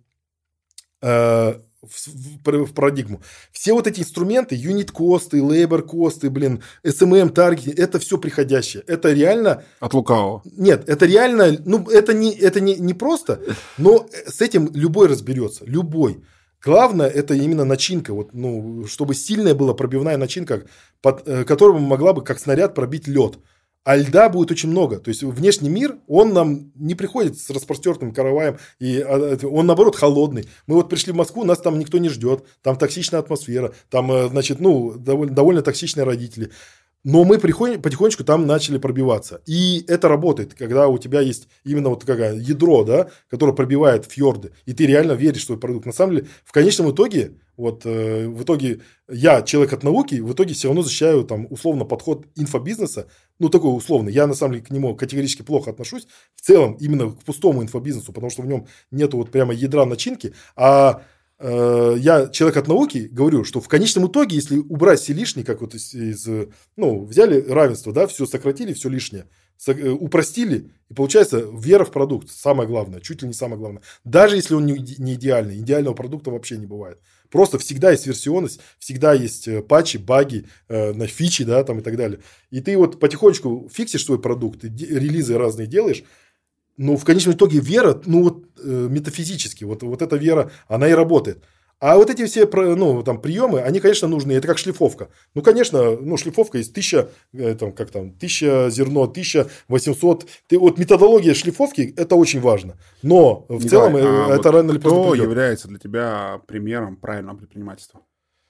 э, в, в, в парадигму. Все вот эти инструменты, юнит-косты, лейбор-косты, блин, эс эм эм, таргетинг, это все приходящее. Это реально... От лукавого. Нет, это реально... Ну, это не, это не, не просто, но с этим любой разберется. Любой. Главное, это именно начинка, вот, ну, чтобы сильная была пробивная начинка, под, э, которая могла бы как снаряд пробить лед. А льда будет очень много. То есть внешний мир, он нам не приходит с распростертым караваем, и он, наоборот, холодный. Мы вот пришли в Москву, нас там никто не ждет, там токсичная атмосфера, там, значит, ну, довольно, довольно токсичные родители. Но мы потихонечку там начали пробиваться. И это работает, когда у тебя есть именно вот какое ядро, да, которое пробивает фьорды, и ты реально веришь в свой продукт. На самом деле, в конечном итоге, вот э, в итоге я человек от науки, в итоге все равно защищаю там условно подход инфобизнеса, ну такой условный. Я на самом деле к нему категорически плохо отношусь, в целом именно к пустому инфобизнесу, потому что в нем нету вот прямо ядра начинки, а я человек от науки, говорю, что в конечном итоге, если убрать все лишнее, как вот из, из ну, взяли равенство, да, все сократили, все лишнее, упростили, и получается вера в продукт, самое главное, чуть ли не самое главное. Даже если он не, не идеальный, идеального продукта вообще не бывает. Просто всегда есть версионность, всегда есть патчи, баги, э, на фичи, да, там и так далее. И ты вот потихонечку фиксишь свой продукт, релизы разные делаешь. Но в конечном итоге вера, ну вот э, метафизически, вот, вот эта вера, она и работает. А вот эти все ну, там, приемы, они, конечно, нужны. Это как шлифовка. Ну, конечно, ну, шлифовка есть тысяча, э, там, как там, тысяча зерно, тысяча восемьсот. Ты, вот методология шлифовки, это очень важно. Но в Николай, целом а это вот рано или поздно кто придет. является для тебя примером правильного предпринимательства?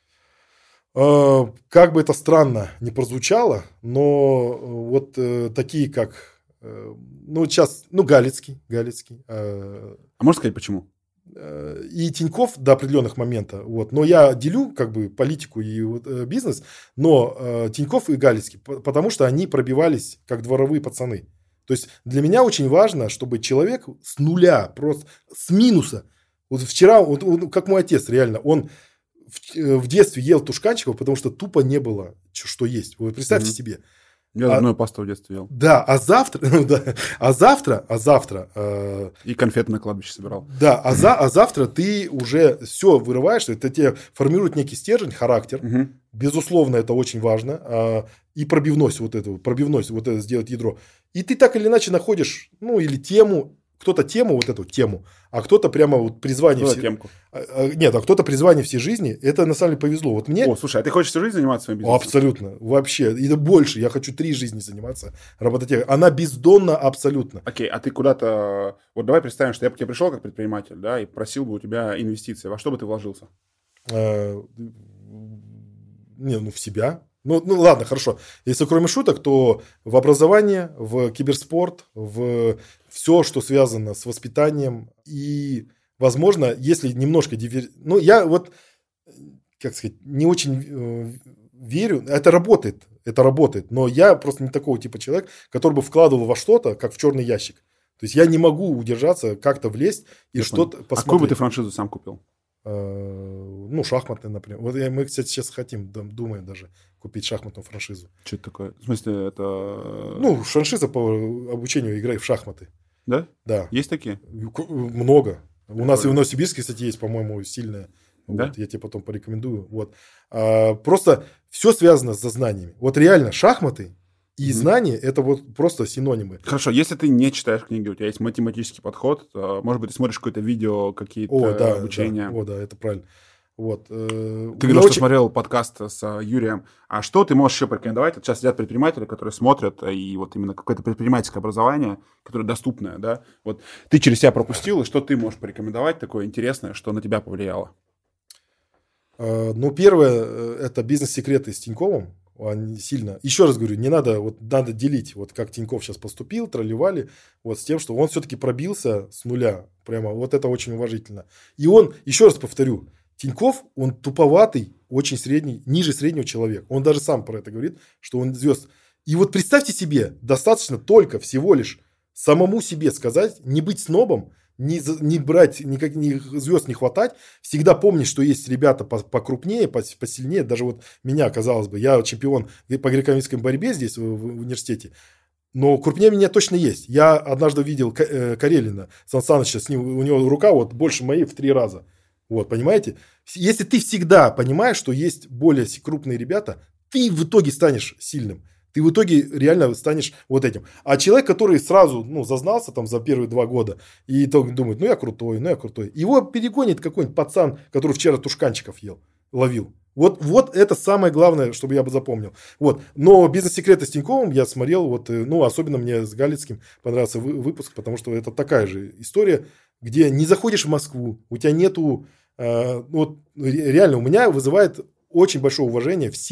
Э, как бы это странно не прозвучало, но вот э, такие, как... Ну, сейчас, ну, Галицкий, Галицкий. А можешь сказать, почему? И Тинькофф до определенных моментов. Вот. Но я делю как бы политику и вот, бизнес, но Тинькофф и Галицкий, потому что они пробивались как дворовые пацаны. То есть для меня очень важно, чтобы человек с нуля, просто с минуса. Вот вчера, вот, вот, как мой отец, реально, он в, в детстве ел тушканчиков, потому что тупо не было, что есть. Вы представьте mm-hmm. себе. Я зубную а, пасту в детстве ел. Да, а завтра, ну, да, а завтра, а завтра... Э, и конфеты на кладбище собирал. Да, а, за, а завтра ты уже все вырываешь, это тебе формирует некий стержень, характер. Угу. Безусловно, это очень важно. Э, и пробивность вот эту, пробивность вот это сделать ядро. И ты так или иначе находишь, ну, или тему, кто-то тему, вот эту тему, а кто-то прямо вот призвание... Кто все... темку? Нет, а кто-то призвание всей жизни, это на самом деле повезло. Вот мне... О, слушай, а ты хочешь всю жизнь заниматься своим бизнесом? Абсолютно, вообще. И больше, я хочу три жизни заниматься робототехникой. Она бездонна абсолютно. Окей, а ты куда-то... Вот давай представим, что я к тебе пришел как предприниматель, да, и просил бы у тебя инвестиции. Во что бы ты вложился? Не, ну в себя. Ну, ну ладно, хорошо. Если кроме шуток, то в образование, в киберспорт, в все, что связано с воспитанием. И, возможно, если немножко... Дивер... Ну, я вот, как сказать, не очень э, верю. Это работает, это работает. Но я просто не такого типа человек, который бы вкладывал во что-то, как в черный ящик. То есть я не могу удержаться, как-то влезть и я что-то посмотреть. А какую бы ты франшизу сам купил? Ну, шахматные, например. Вот мы, кстати, сейчас хотим, думаем даже купить шахматную франшизу. Что это такое? В смысле, это... Ну, франшиза по обучению игры в шахматы. Да? Да. Есть такие? Много. У нас и в Новосибирске, кстати, есть, по-моему, сильная. Да? Вот, я тебе потом порекомендую. Вот. А, просто все связано со знаниями. Вот реально шахматы и mm-hmm. знания – это вот просто синонимы. Хорошо, если ты не читаешь книги, у тебя есть математический подход, может быть, ты смотришь какое-то видео, какие-то О, да, обучения. Да, о, да, это правильно. Вот. Ты говорил, очень... что смотрел подкаст с Юрием. А что ты можешь еще порекомендовать? Вот сейчас сидят предприниматели, которые смотрят, и вот именно какое-то предпринимательское образование, которое доступное, да? Вот ты через себя пропустил, и что ты можешь порекомендовать такое интересное, что на тебя повлияло? Ну, первое, это бизнес-секреты с Тиньковым. Они сильно. Еще раз говорю, не надо, вот надо делить, вот как Тинькофф сейчас поступил, тролливали, вот с тем, что он все-таки пробился с нуля. Прямо вот это очень уважительно. И он, еще раз повторю, Тинькофф, он туповатый, очень средний, ниже среднего человек. Он даже сам про это говорит, что он звезд. И вот представьте себе, достаточно только всего лишь самому себе сказать, не быть снобом, не, не брать, никаких звезд не хватать, всегда помнить, что есть ребята покрупнее, посильнее. Даже вот меня, казалось бы, я чемпион по греко-римской борьбе здесь в, в университете, но крупнее меня точно есть. Я однажды видел Карелина, Сан Саныча, с ним, у него рука вот больше моей в три раза. Вот, понимаете? Если ты всегда понимаешь, что есть более крупные ребята, ты в итоге станешь сильным. Ты в итоге реально станешь вот этим. А человек, который сразу ну, зазнался там за первые два года и думает, ну я крутой, ну я крутой. Его перегонит какой-нибудь пацан, который вчера тушканчиков ел, ловил. Вот, вот это самое главное, чтобы я бы запомнил. Вот. Но бизнес-секреты с Тиньковым я смотрел, вот, ну, особенно мне с Галицким понравился выпуск, потому что это такая же история, где не заходишь в Москву, у тебя нету... Э, вот реально у меня вызывает очень большое уважение все,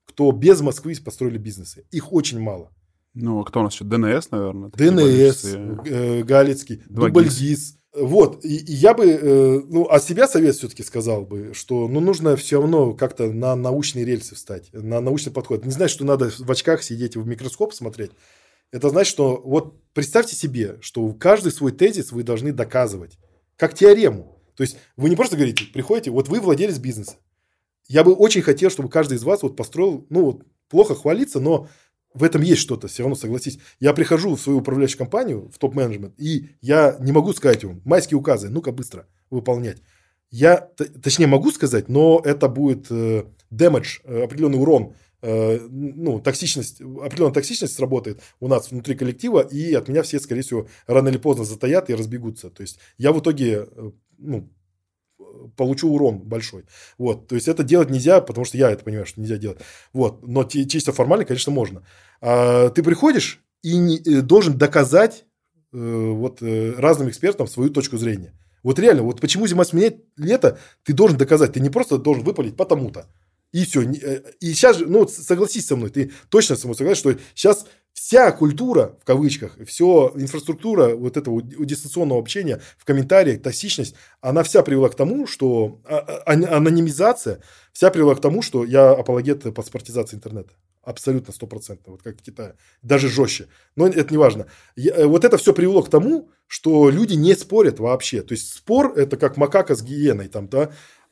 кто без Москвы построили бизнесы. Их очень мало. Ну, кто у нас еще? ДНС, наверное. ДНС, э, Галицкий, Дубльгиз. Вот, и, и я бы, э, ну, от себя совет все-таки сказал бы, что, ну, нужно все равно как-то на научные рельсы встать, на научный подход. Не значит, что надо в очках сидеть и в микроскоп смотреть. Это значит, что вот представьте себе, что каждый свой тезис вы должны доказывать, как теорему. То есть вы не просто говорите, приходите, вот вы владелец бизнеса. Я бы очень хотел, чтобы каждый из вас вот построил, ну, вот плохо хвалиться, но в этом есть что-то, все равно согласись. Я прихожу в свою управляющую компанию, в топ-менеджмент, и я не могу сказать вам, майские указы, ну-ка быстро выполнять. Я, т- точнее, могу сказать, но это будет э, damage, э, определенный урон, э, ну, токсичность, определенная токсичность сработает у нас внутри коллектива, и от меня все, скорее всего, рано или поздно затаят и разбегутся. То есть я в итоге, э, ну, получу урон большой. Вот. То есть это делать нельзя, потому что я это понимаю, что нельзя делать. Вот. Но т- чисто формально, конечно, можно. А, ты приходишь и не, должен доказать э, вот, э, разным экспертам свою точку зрения. Вот реально, вот почему зима сменяет лето, ты должен доказать. Ты не просто должен выпалить потому-то. И все. И сейчас, ну, согласись со мной, ты точно со мной согласен, что сейчас вся культура, в кавычках, вся инфраструктура вот этого дистанционного общения в комментариях, токсичность, она вся привела к тому, что анонимизация, вся привела к тому, что я апологет паспортизации интернета. Абсолютно стопроцентно, вот как в Китае. Даже жестче. Но это не важно. Вот это все привело к тому, что люди не спорят вообще. То есть спор – это как макака с гиеной. Там, да?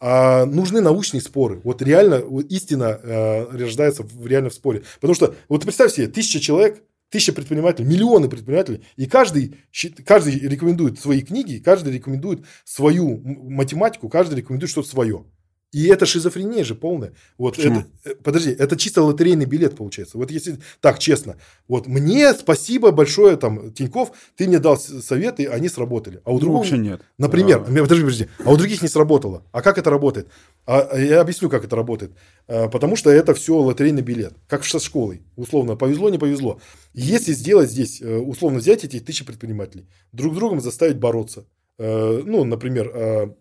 А нужны научные споры. Вот реально вот истина э, рождается в, реально в споре. Потому что, вот представь себе, тысяча человек, тысяча предпринимателей, миллионы предпринимателей, и каждый, каждый рекомендует свои книги, каждый рекомендует свою математику, каждый рекомендует что-то свое. И это шизофрения же полная. Вот это, подожди, это чисто лотерейный билет получается. Вот если так, честно. Вот мне спасибо большое, там, Тинькофф, ты мне дал советы, они сработали. А у другого вообще нет. Например, да. подожди, подожди, а у других не сработало. А как это работает? А, я объясню, как это работает. А, потому что это все лотерейный билет. Как со школой. Условно, повезло, не повезло. Если сделать здесь, условно взять эти тысячи предпринимателей, друг с другом заставить бороться. А, ну, например,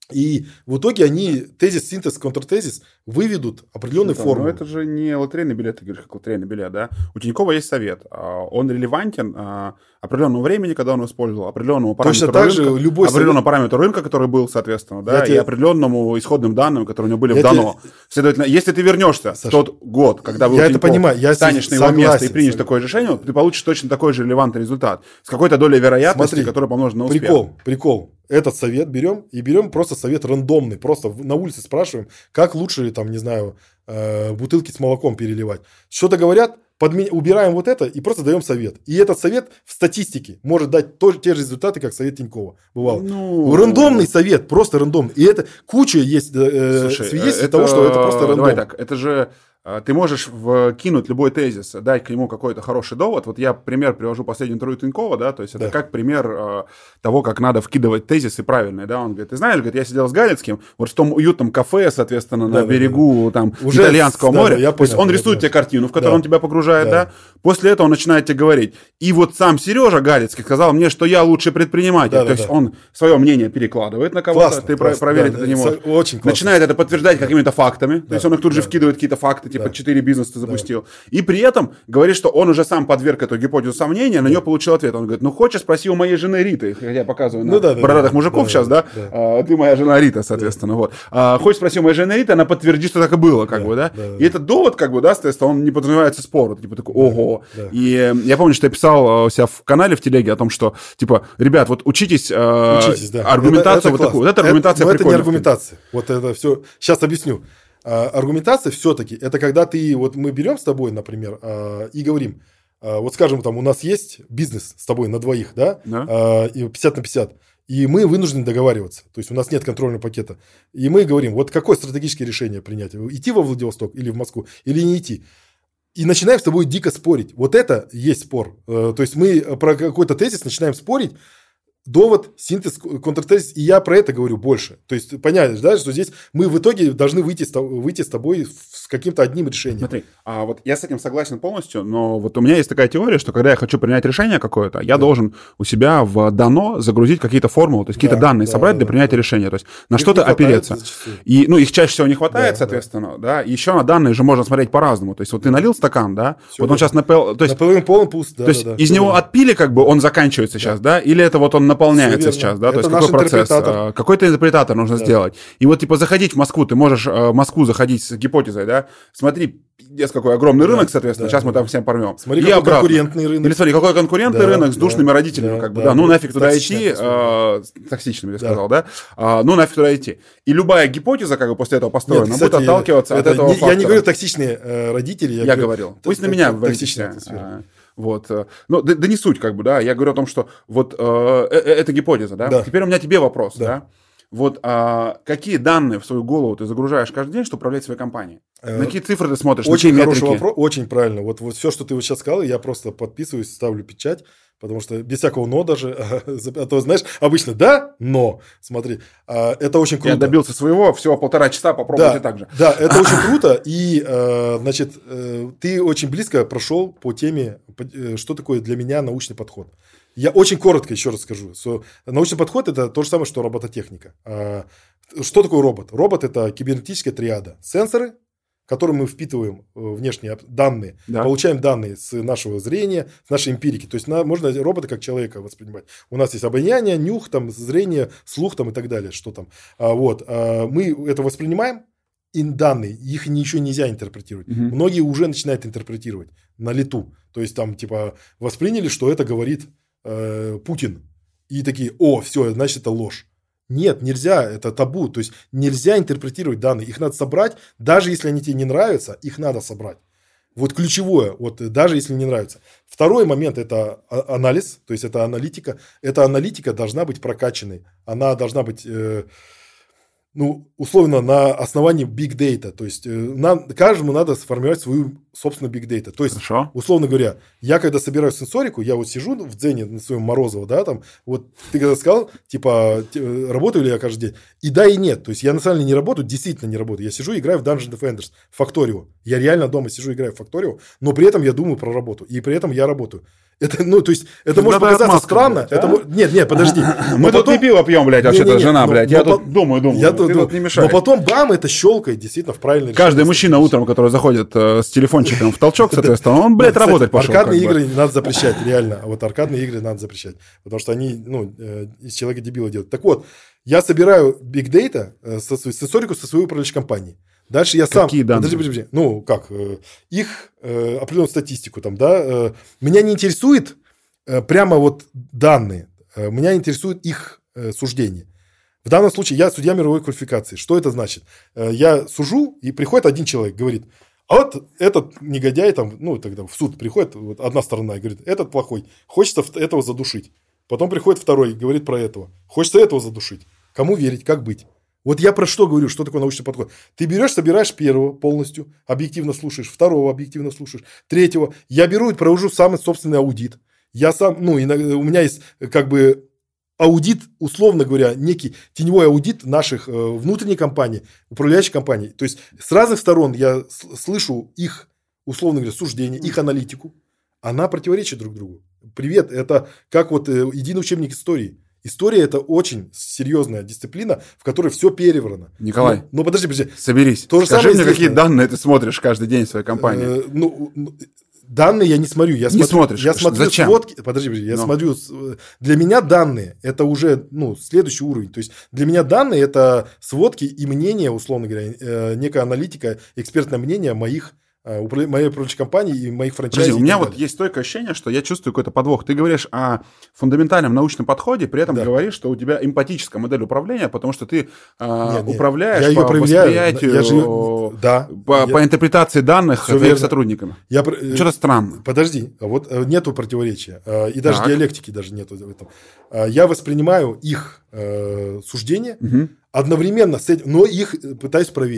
и в итоге они тезис, синтез, контртезис выведут определенную Что-то, форму. Но это же не лотерейный билет, ты говоришь, как лотерейный билет, да? У Тинькова есть совет. Он релевантен определенного времени, когда он использовал, определенному параметру Точно так рынка, же любой определенному совет... параметру рынка, который был, соответственно, да, Я и тебе... определенному исходным данным, которые у него были Я вдано. тебе... Следовательно, если ты вернешься Саша, в тот год, когда был я Тиньков, это понимаю, я станешь на его согласен, место и примешь согласен. такое решение, ты получишь точно такой же релевантный результат. С какой-то долей вероятности, Смотри, которая помножена на успех. Прикол, прикол. Этот совет берем и берем просто совет рандомный. Просто на улице спрашиваем, как лучше, там, не знаю, э, бутылки с молоком переливать. Что-то говорят, подме... убираем вот это и просто даем совет. И этот совет в статистике может дать тоже те же результаты, как совет Тинькова. Бывало. Ну... Рандомный совет, просто рандомный. И это куча есть э, Слушай, свидетельств это... того, что это просто рандом. Давай так, это же... Ты можешь вкинуть любой тезис, дать к нему какой-то хороший довод. Вот я пример привожу последнюю интервью Тинькова, да, то есть это да. как пример э, того, как надо вкидывать тезисы правильные, да. Он говорит, ты знаешь, говорит, я сидел с Галицким вот в том уютном кафе, соответственно, да, на да, берегу да. там уже итальянского да, моря. Да, то есть он рисует тебе картину, в которую да. он тебя погружает, да. да. После этого он начинает тебе говорить. И вот сам Сережа Галицкий сказал мне, что я лучший предприниматель. Да, то да, есть да. он свое мнение перекладывает на кого-то, классно, ты классно, проверить да, это да, не можешь. Очень классно. Начинает это подтверждать какими-то фактами. Да, то есть он их тут да. же вкидывает какие-то факты, типа четыре да. бизнеса ты запустил. Да. И при этом говорит, что он уже сам подверг эту гипотезу сомнения, на да. нее получил ответ. Он говорит, ну хочешь, спроси у моей жены Риты. Хотя я показываю на ну, да, бородатых да, мужиков да, сейчас, да? да? А, ты моя жена Рита, соответственно. Да. Вот. А, хочешь, спроси у моей жены Риты, она подтвердит, что так и было, как да, бы, да? да? И этот довод, как бы, да, соответственно, он не подразумевается спору. Типа такой, ого. Да, да. И я помню, что я писал у себя в канале в телеге о том, что, типа, ребят, вот учитесь, учитесь да. аргументацию это, это вот такую. Вот это аргументация это, это не аргументация. Вот это все. Сейчас объясню. А, аргументация все-таки, это когда ты, вот мы берем с тобой, например, а, и говорим, а, вот скажем, там у нас есть бизнес с тобой на двоих, да, да. А, и пятьдесят на пятьдесят, и мы вынуждены договариваться, то есть у нас нет контрольного пакета, и мы говорим, вот какое стратегическое решение принять, идти во Владивосток или в Москву, или не идти. И начинаем с тобой дико спорить. Вот это есть спор. То есть мы про какой-то тезис начинаем спорить, довод, синтез, контртезис, и я про это говорю больше. То есть, понятно, да, что здесь мы в итоге должны выйти с, выйти с тобой с каким-то одним решением. Смотри, а вот я с этим согласен полностью, но вот у меня есть такая теория, что когда я хочу принять решение какое-то, я да. должен у себя в дано загрузить какие-то формулы, то есть да, какие-то данные да, собрать да, для принятия да. решения, то есть на их что-то опереться. И, ну, их чаще всего не хватает, да, соответственно, да. да, и еще на данные же можно смотреть по-разному, то есть вот ты налил стакан, да, все вот он сейчас напил, то есть, наполовину полон пуст, да, то есть да, да, из него верно. Отпили, как бы он заканчивается да. сейчас, да, или это вот он наполняется сейчас, да, это то есть какой процесс, какой-то интерпретатор нужно да. сделать. И вот типа заходить в Москву, ты можешь в Москву заходить с гипотезой, да, смотри, пиздец, какой огромный да, рынок, соответственно, да, сейчас да. мы там всем порвем. Смотри, и какой обратно. конкурентный рынок. Или смотри, какой конкурентный да, рынок с душными да, родителями, да, как бы, да, да, ну нафиг туда идти, э, токсичными, я да. сказал, да, а, ну нафиг туда идти. И любая гипотеза, как бы, после этого построена, Нет, кстати, будет отталкиваться это, от этого не, фактора. Я не говорю токсичные э, родители. Я, я говорю, говорил. Пусть на меня токсичная атмосфера. Вот, ну, да, да не суть, как бы, да, я говорю о том, что вот э, э, это гипотеза, да? да, теперь у меня тебе вопрос, да, да? Вот а, какие данные в свою голову ты загружаешь каждый день, чтобы управлять своей компанией? Э, на какие цифры ты смотришь? Очень на хороший вопрос, очень правильно, вот, вот все, что ты вот сейчас сказал, я просто подписываюсь, ставлю печать, потому что без всякого «но» даже, а то, знаешь, обычно «да, но», смотри, это очень круто. Я добился своего, всего полтора часа, попробуйте да, так же. Да, это очень круто, и, значит, ты очень близко прошел по теме, что такое для меня научный подход. Я очень коротко еще раз скажу. Научный подход – это то же самое, что робототехника. Что такое робот? Робот – это кибернетическая триада. Сенсоры, которым мы впитываем внешние данные, да. получаем данные с нашего зрения, с нашей эмпирики. То есть на, можно робота как человека воспринимать. У нас есть обоняние, нюх, там, зрение, слух там, и так далее. Что там. А, вот, а, мы это воспринимаем, и данные, их ничего нельзя интерпретировать. Угу. Многие уже начинают интерпретировать на лету. То есть там типа восприняли, что это говорит э, Путин. И такие, о, все, значит это ложь. Нет, нельзя, это табу, то есть нельзя интерпретировать данные, их надо собрать, даже если они тебе не нравятся, их надо собрать. Вот ключевое, вот даже если не нравится. Второй момент – это анализ, то есть это аналитика. Эта аналитика должна быть прокачанной, она должна быть, э, ну, условно, на основании big data, то есть э, нам, каждому надо сформировать свою собственную big data. То есть, Хорошо. Условно говоря, я когда собираю сенсорику, я вот сижу в дзене на своем Морозово, да, там, вот ты когда сказал, типа, работаю ли я каждый день? И да, и нет. То есть я на самом деле не работаю, действительно не работаю. Я сижу и играю в Dungeons and Defenders, в Factorio. Я реально дома сижу и играю в Factorio, но при этом я думаю про работу. И при этом я работаю. Это, ну, то есть, это может показаться странно. Блядь, а? это, нет, нет, подожди. Мы тут не пиво пьем, блядь, вообще-то, жена, блядь. Я тут думаю, думаю. Я тут не мешаю. Но потом, бам, это щелкает действительно в правильное решение. Каждый мужчина утром, который заходит с телефончиком в толчок, соответственно, он, блядь, работать пошел. Аркадные игры надо запрещать, реально. Вот аркадные игры надо запрещать. Потому что они, ну, из человека дебила делают. Так вот, я собираю big data, сенсорику со своей управляющей компании. Дальше я сам... Какие данные? Подожди, подожди. Ну, как? Их определенную статистику там, да. Меня не интересует прямо вот данные. Меня интересует их суждение. В данном случае я судья мировой квалификации. Что это значит? Я сужу, и приходит один человек, говорит, а вот этот негодяй, там, ну, тогда в суд приходит, вот одна сторона и говорит, этот плохой, хочется этого задушить. Потом приходит второй, говорит про этого, хочется этого задушить. Кому верить, как быть? Вот я про что говорю, что такое научный подход. Ты берешь, собираешь первого полностью, объективно слушаешь, второго объективно слушаешь, третьего. Я беру и провожу самый собственный аудит. Я сам, ну, иногда, у меня есть как бы аудит, условно говоря, некий теневой аудит наших э, внутренней компании, управляющей компании. То есть с разных сторон я слышу их, условно говоря, суждения, их аналитику. Она противоречит друг другу. Привет, это как вот э, единый учебник истории. История – это очень серьезная дисциплина, в которой все переврано. Николай, ну, ну подожди, подожди. Соберись. То же Скажи мне, какие данные ты смотришь каждый день в своей компании. Э, ну, данные я не смотрю. Я не смотрю, смотришь. Я смотрю Зачем? сводки. Подожди, подожди. Я Но. смотрю. Для меня данные – это уже ну, следующий уровень. То есть для меня данные – это сводки и мнения, условно говоря, э, некая аналитика, экспертное мнение моих моей управляющей компании и моих франчайзи. Подожди, у меня вот есть стойкое ощущение, что я чувствую какой-то подвох. Ты говоришь о фундаментальном научном подходе, при этом да. говоришь, что у тебя эмпатическая модель управления, потому что ты а, нет, нет. управляешь я ее по восприятию, я же... да. по, я... по интерпретации данных своими сотрудниками. Я... Что-то странно. Подожди, вот нету противоречия. И даже так. диалектики даже нету в этом. Я воспринимаю их э, суждения угу. одновременно с этим, но их пытаюсь проверить.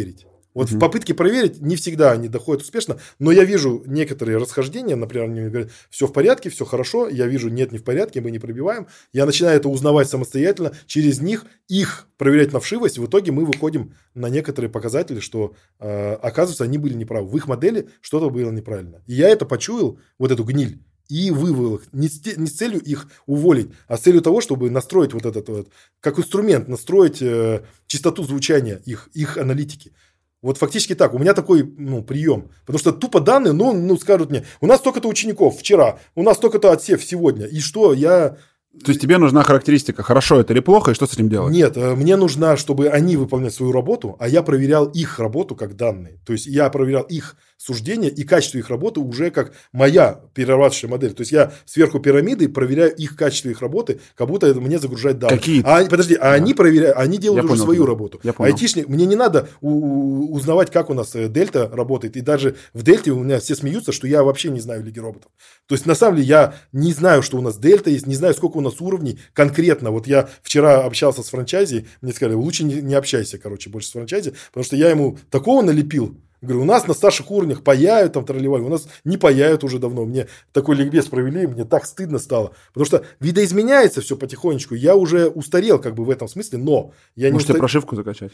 Вот mm-hmm. в попытке проверить не всегда они доходят успешно, но я вижу некоторые расхождения, например, они говорят, все в порядке, все хорошо, я вижу, нет, не в порядке, мы не пробиваем, я начинаю это узнавать самостоятельно, через них, их проверять на вшивость, в итоге мы выходим на некоторые показатели, что, э, оказывается, они были неправы, в их модели что-то было неправильно. И я это почуял, вот эту гниль, и вывел их. Не с, не с целью их уволить, а с целью того, чтобы настроить вот этот вот, как инструмент, настроить э, частоту звучания их, их аналитики. Вот фактически так. У меня такой ну, прием. Потому что тупо данные, ну, ну, скажут мне, у нас столько-то учеников вчера, у нас столько-то отсев сегодня. И что, я... То есть тебе нужна характеристика, хорошо это или плохо, и что с этим делать? Нет, мне нужна, чтобы они выполняли свою работу, а я проверял их работу как данные. То есть я проверял их суждения и качество их работы уже как моя перерабатывающая модель. То есть я сверху пирамиды проверяю их качество их работы, как будто это мне загружать данные. Какие? А, подожди, а да. они проверяют, они делают я уже понял, свою понял. работу. Я понял. Айтишник, мне не надо у, узнавать, как у нас дельта работает. И даже в дельте у меня все смеются, что я вообще не знаю лиги роботов. То есть на самом деле я не знаю, что у нас дельта есть, не знаю, сколько у нас уровней конкретно. Вот я вчера общался с франчайзи, мне сказали, лучше не, не общайся, короче, больше с франчайзи, потому что я ему такого налепил. Говорю, у нас на старших уровнях паяют, там тролливали, у нас не паяют уже давно. Мне такой ликбез провели, мне так стыдно стало. Потому что видоизменяется все потихонечку. Я уже устарел как бы в этом смысле, но... я не Можете устар... прошивку закачать?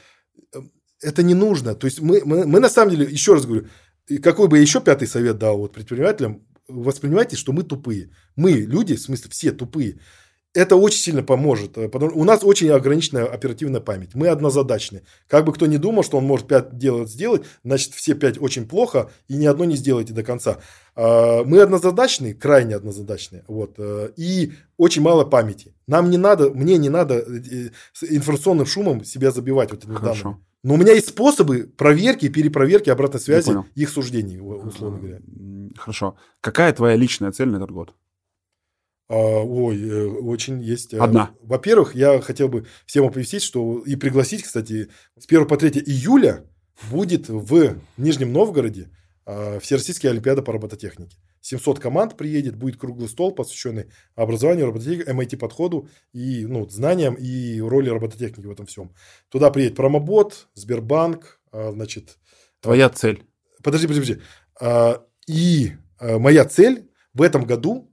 Это не нужно. То есть мы, мы, мы на самом деле, еще раз говорю, какой бы я еще пятый совет дал вот предпринимателям, воспринимайте, что мы тупые. Мы, люди, в смысле все тупые. Это очень сильно поможет. Потому у нас очень ограниченная оперативная память. Мы однозадачны. Как бы кто ни думал, что он может пять делать сделать, значит, все пять очень плохо, и ни одно не сделаете до конца. Мы однозадачны, крайне однозадачны. Вот, и очень мало памяти. Нам не надо, мне не надо с информационным шумом себя забивать вот этими данными. Но у меня есть способы проверки, перепроверки, обратной связи их суждений, условно говоря. Хорошо. Какая твоя личная цель на этот год? Ой, очень есть. Одна. Во-первых, я хотел бы всем оповестить, что и пригласить, кстати, с первого по третье июля будет в Нижнем Новгороде Всероссийская олимпиада по робототехнике. семьсот команд приедет, будет круглый стол, посвященный образованию, робототехнике, эм ай ти-подходу и ну, знаниям и роли робототехники в этом всем. Туда приедет Промобот, Сбербанк, значит... Твоя цель? Подожди, подожди, подожди. И моя цель в этом году...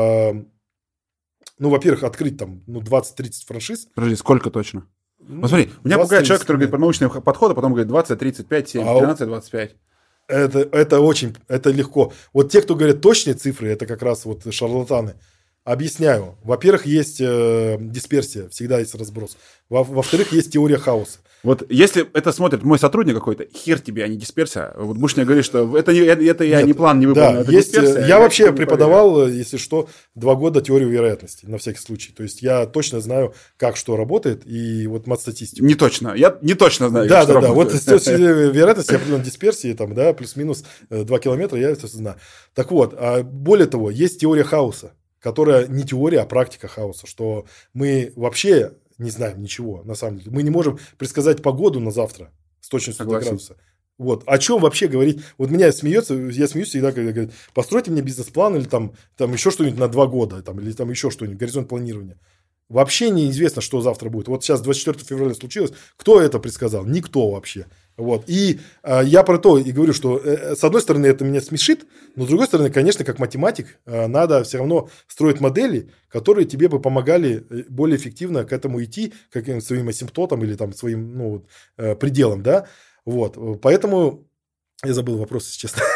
Ну, во-первых, открыть там ну, двадцать-тридцать франшиз. Подожди, сколько точно? Ну, смотри, меня пугает человек, который говорит про научный подход, а потом говорит двадцать, тридцать пять, семь, тринадцать, двадцать пять. Это, это очень, это легко. Вот те, кто говорят точные цифры, это как раз вот шарлатаны. Объясняю. Во-первых, есть э, дисперсия, всегда есть разброс. Во- во-вторых, есть теория хаоса. Вот если это смотрит мой сотрудник какой-то, хер тебе, а не дисперсия. Вот будешь мне говорить, что это, это, это я Нет, не план не выполнил, да, это есть, дисперсия. Я, я вообще преподавал, поверю. Если что, два года теорию вероятности, на всякий случай. То есть я точно знаю, как что работает, и вот мат-статистику. Не точно, я не точно знаю, да, как да, что да, работает. Вот с точки зрения вероятности, определенной дисперсии, там, да, плюс-минус два километра, я это знаю. Так вот, более того, есть теория хаоса, которая не теория, а практика хаоса, что мы вообще не знаем ничего, на самом деле. Мы не можем предсказать погоду на завтра с точностью до градуса. Вот. О чем вообще говорить? Вот меня смеется, я смеюсь всегда, когда говорят, постройте мне бизнес-план или там, там еще что-нибудь на два года, там, или там еще что-нибудь, горизонт планирования. Вообще неизвестно, что завтра будет. Вот сейчас двадцать четвёртого февраля случилось. Кто это предсказал? Никто вообще. Вот. И э, я про то и говорю, что э, с одной стороны это меня смешит, но с другой стороны, конечно, как математик, э, надо все равно строить модели, которые тебе бы помогали более эффективно к этому идти, к каким-то своим асимптотам или там, своим ну, э, пределам. Да? Вот. Поэтому я забыл вопрос, если честно.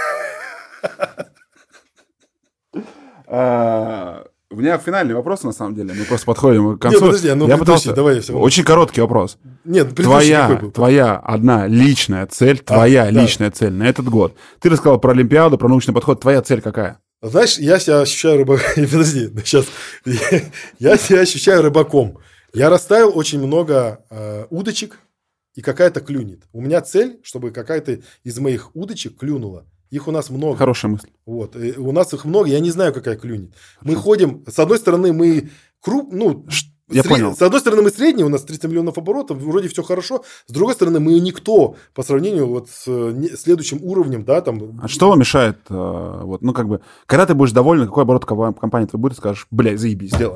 У меня финальный вопрос, на самом деле. Мы просто подходим к концу. Нет, подожди, ну, я пытался... давай я все равно. Очень короткий вопрос. Нет, твоя, твоя одна личная цель, твоя а, личная да. цель на этот год. Ты рассказал про Олимпиаду, про научный подход. Твоя цель какая? Знаешь, я себя ощущаю рыбаком. Подожди, сейчас. Я себя ощущаю рыбаком. Я расставил очень много э, удочек, и какая-то клюнет. У меня цель, чтобы какая-то из моих удочек клюнула. Их у нас много. Хорошая мысль. Вот. И у нас их много, я не знаю, какая клюнет. Мы Хорошо. ходим, с одной стороны, мы круп, ну, я сред... понял. С одной стороны, мы средние, у нас тридцать миллионов оборотов, вроде все хорошо. С другой стороны, мы никто по сравнению вот с следующим уровнем, да, там. А что вам мешает, вот, ну, как бы, когда ты будешь доволен, какой оборот компании твоей будет, скажешь, блядь, заебись, сделали.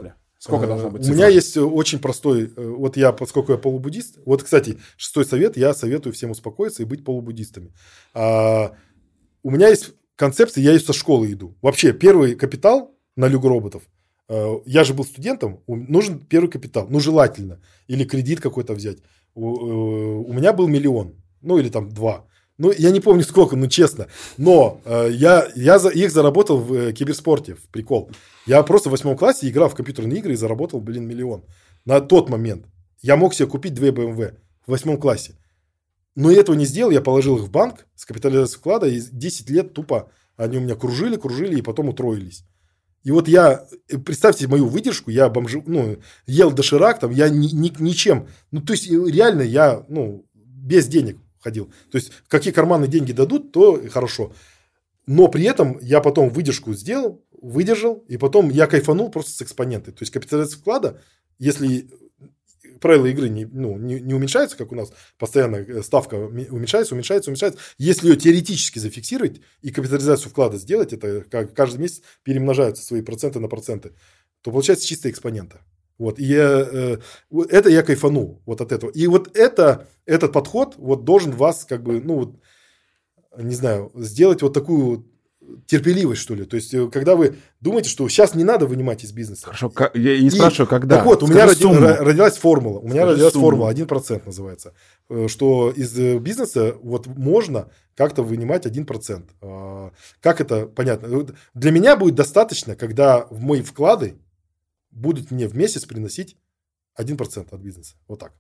Сколько должно быть цифр? У меня есть очень простой, вот я, поскольку я полубуддист, вот, кстати, шестой совет, я советую всем успокоиться и быть полубуддистами. А, у меня есть концепция, я ее со школы иду. Вообще, первый капитал на Лигу роботов, я же был студентом, нужен первый капитал, ну, желательно, или кредит какой-то взять. У, у меня был миллион, ну, или там два. Ну, я не помню сколько, ну, честно. Но э, я, я за, их заработал в э, киберспорте, в прикол. Я просто в восьмом классе играл в компьютерные игры и заработал, блин, миллион. На тот момент. Я мог себе купить две бэ эм вэ в восьмом классе. Но я этого не сделал, я положил их в банк с капитализацией вклада, и десять лет тупо они у меня кружили, кружили, и потом утроились. И вот я, представьте мою выдержку, я бомжи, ну, ел доширак, там, я ни, ни, ничем. Ну, то есть, реально, я, ну, без денег ходил. То есть, какие карманные деньги дадут, то хорошо. Но при этом я потом выдержку сделал, выдержал, и потом я кайфанул просто с экспонентой. То есть, капитализация вклада, если правила игры не, ну, не, не уменьшаются, как у нас постоянно ставка уменьшается, уменьшается, уменьшается. Если ее теоретически зафиксировать и капитализацию вклада сделать, это как каждый месяц перемножаются свои проценты на проценты, то получается чистая экспонента. Вот, и я, э, это я кайфанул вот от этого. И вот это, этот подход вот должен вас, как бы, ну, вот, не знаю, сделать вот такую терпеливость, что ли. То есть, когда вы думаете, что сейчас не надо вынимать из бизнеса. Хорошо, я не спрашиваю, и, когда. Так вот, у меня роди, родилась формула. У меня Скажи родилась сумму. формула, один процент называется. Что из бизнеса вот можно как-то вынимать один процент. Как это понятно? Для меня будет достаточно, когда в мои вклады будут мне в месяц приносить один процент от бизнеса. Вот так.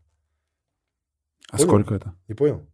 А понял? Сколько это? Не понял?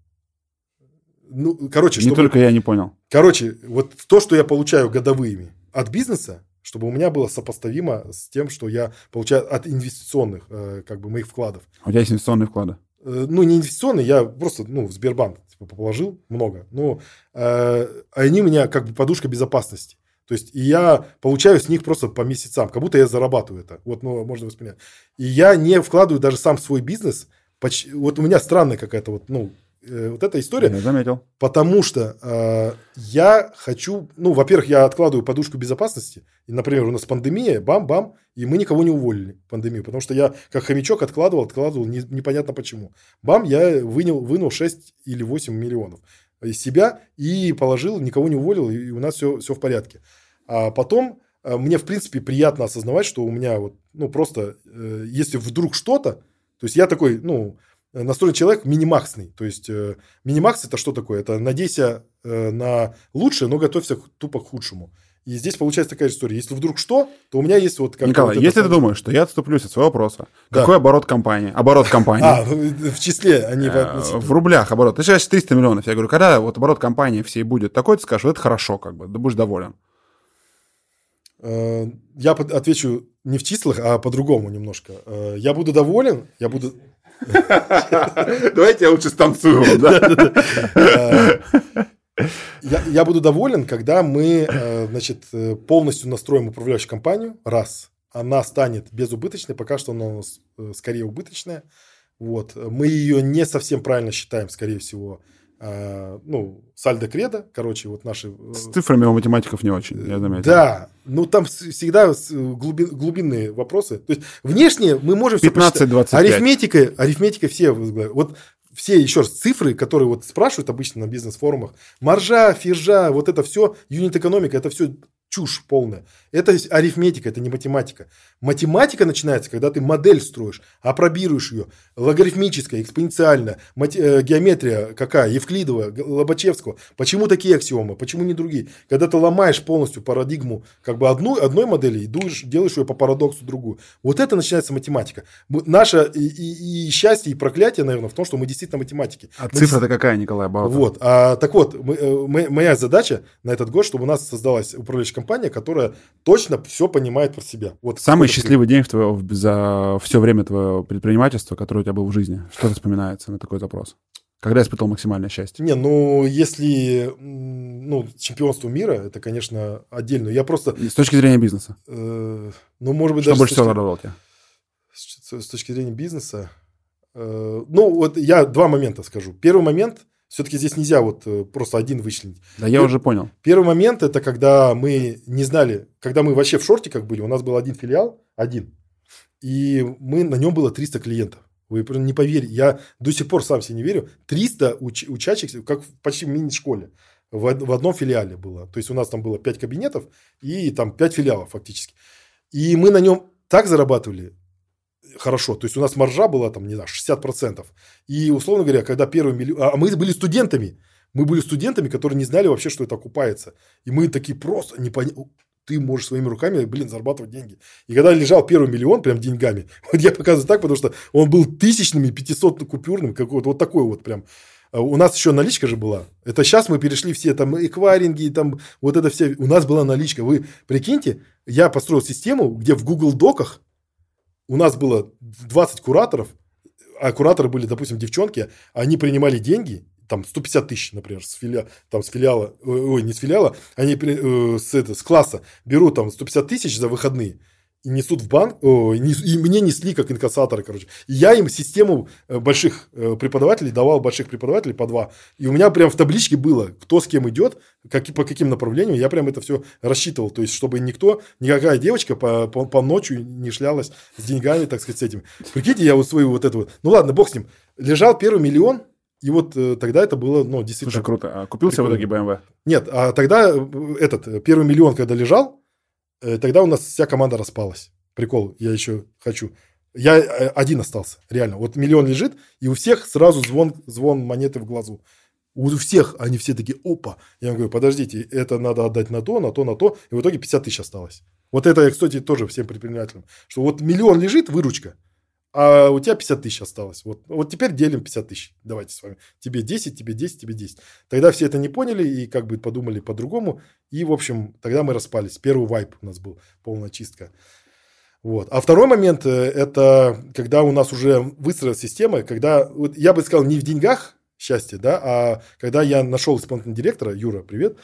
Ну, короче, не чтобы... только я не понял. Короче, вот то, что я получаю годовыми от бизнеса, чтобы у меня было сопоставимо с тем, что я получаю от инвестиционных, э, как бы, моих вкладов. У тебя есть инвестиционные вклады? Э, ну, не инвестиционные, я просто, ну, в Сбербанк типа, положил много. Но э, они у меня как бы подушка безопасности. То есть, и я получаю с них просто по месяцам, как будто я зарабатываю это. Вот, ну, можно воспринять. И я не вкладываю даже сам в свой бизнес. Почти, вот у меня странная какая-то вот, ну, э, вот эта история. Я заметил. Потому что э, я хочу, ну, во-первых, я откладываю подушку безопасности. И, например, у нас пандемия, бам-бам, и мы никого не уволили в пандемию. Потому что я как хомячок откладывал, откладывал, не, непонятно почему. Бам, я вынул, вынул шесть или восемь миллионов из себя и положил, никого не уволил, и у нас все, все в порядке. А потом э, мне, в принципе, приятно осознавать, что у меня вот, ну, просто, э, если вдруг что-то, то есть я такой, ну, настроенный человек минимаксный. То есть э, минимакс это что такое? Это надейся э, на лучшее, но готовься к, тупо к худшему. И здесь получается такая история. Если вдруг что, то у меня есть вот... Как Николай, вот если это... ты думаешь, что я отступлюсь от своего вопроса, да. Какой оборот компании? Оборот компании. А, в числе, они... В рублях оборот. Ты сейчас триста миллионов. Я говорю, когда вот оборот компании всей будет такой, ты скажешь, это хорошо, как бы, да будешь доволен. Я отвечу не в числах, а по-другому немножко. Я буду доволен, я буду... Давайте я лучше станцую. Я, я буду доволен, когда мы, значит, полностью настроим управляющую компанию. Раз. Она станет безубыточной. Пока что она у нас скорее убыточная. Вот. Мы ее не совсем правильно считаем, скорее всего. Ну, сальдо-кредо. Короче, вот наши... С цифрами у математиков не очень, я заметил. Да. Ну, там всегда глубин, глубинные вопросы. То есть, внешне мы можем все посчитать. пятнадцать двадцать пять. Арифметика, арифметика все... Вот все, еще раз, цифры, которые вот спрашивают обычно на бизнес-форумах, маржа, фиржа, вот это все, юнит-экономика, это все чушь полная. Это арифметика, это не математика. Математика начинается, когда ты модель строишь, апробируешь ее, логарифмическая, экспоненциальная, мати- э, геометрия какая, Евклидова, Лобачевского. Почему такие аксиомы, почему не другие? Когда ты ломаешь полностью парадигму как бы одной, одной модели и дуешь, делаешь ее по парадоксу другую. Вот это начинается математика. Наше и, и, и счастье, и проклятие, наверное, в том, что мы действительно математики. А мы цифра-то какая, Николай Баутов? Вот. А, так вот, мы, мы, моя задача на этот год, чтобы у нас создалась управляющая компания, которая точно все понимает про себя. Вот самый счастливый день в твоего, за все время твоего предпринимательства, который у тебя был в жизни. Что вспоминается на такой запрос? Когда испытал максимальное счастье? Не, ну, если ну, чемпионство мира, это, конечно, отдельно. Я просто... С точки зрения бизнеса? Э, ну, может быть, что даже... больше всего точки, радовало тебя? С, с точки зрения бизнеса... Э, ну, вот я два момента скажу. Первый момент... Все-таки здесь нельзя вот просто один вычленить. Да, я Первый, уже понял. Первый момент, это когда мы не знали, когда мы вообще в шортиках были, у нас был один филиал, один. И мы, на нем было триста клиентов. Вы не поверите, я до сих пор сам себе не верю. триста уч, учащихся, как почти в мини-школе. В, в одном филиале было. То есть у нас там было пять кабинетов и там пять филиалов фактически. И мы на нем так зарабатывали хорошо. То есть у нас маржа была там, не знаю, шестьдесят процентов. И, условно говоря, когда первый миллион... А мы были студентами. Мы были студентами, которые не знали вообще, что это окупается. И мы такие просто не поняли. Ты можешь своими руками, блин, зарабатывать деньги. И когда лежал первый миллион, прям деньгами, вот я показываю так, потому что он был тысячными, пятисоткупюрным, какой-то вот такой вот прям. У нас еще наличка же была. Это сейчас мы перешли все там эквайринги, там вот это все. У нас была наличка. Вы прикиньте, я построил систему, где в Google Доках у нас было двадцать кураторов, а кураторы были, допустим, девчонки, они принимали деньги, там сто пятьдесят тысяч, например, с филиала, там с филиала, ой, не с филиала, они э, с, это, с класса берут там сто пятьдесят тысяч за выходные и несут в банк, о, и, нес, и мне несли как инкассаторы, короче. И я им систему больших преподавателей давал, больших преподавателей по два. И у меня прям в табличке было, кто с кем идет, как, по каким направлениям, я прям это все рассчитывал. То есть, чтобы никто, никакая девочка по, по, по ночью не шлялась с деньгами, так сказать, с этим. Прикиньте, я вот свою вот эту вот, ну ладно, бог с ним, лежал первый миллион. И вот э, тогда это было, ну, действительно... Слушай, круто. А купил себе в итоге бэ эм вэ? Нет, а тогда этот первый миллион, когда лежал, э, тогда у нас вся команда распалась. Прикол, я еще хочу. Я э, один остался, реально. Вот миллион лежит, и у всех сразу звон, звон монеты в глазу. У всех они все такие, опа. Я говорю, подождите, это надо отдать на то, на то, на то. И в итоге пятьдесят тысяч осталось. Вот это, кстати, тоже всем предпринимателям. Что вот миллион лежит, выручка. А у тебя пятьдесят тысяч осталось. Вот, вот теперь делим пятьдесят тысяч. Давайте с вами. Тебе десять, тебе десять, тебе десять. Тогда все это не поняли и как бы подумали по-другому. И, в общем, тогда мы распались. Первый вайп у нас был, полная чистка. Вот. А второй момент, это когда у нас уже выстроилась система, когда, вот я бы сказал, не в деньгах счастье, да, а когда я нашел исполнительного директора, Юра, привет,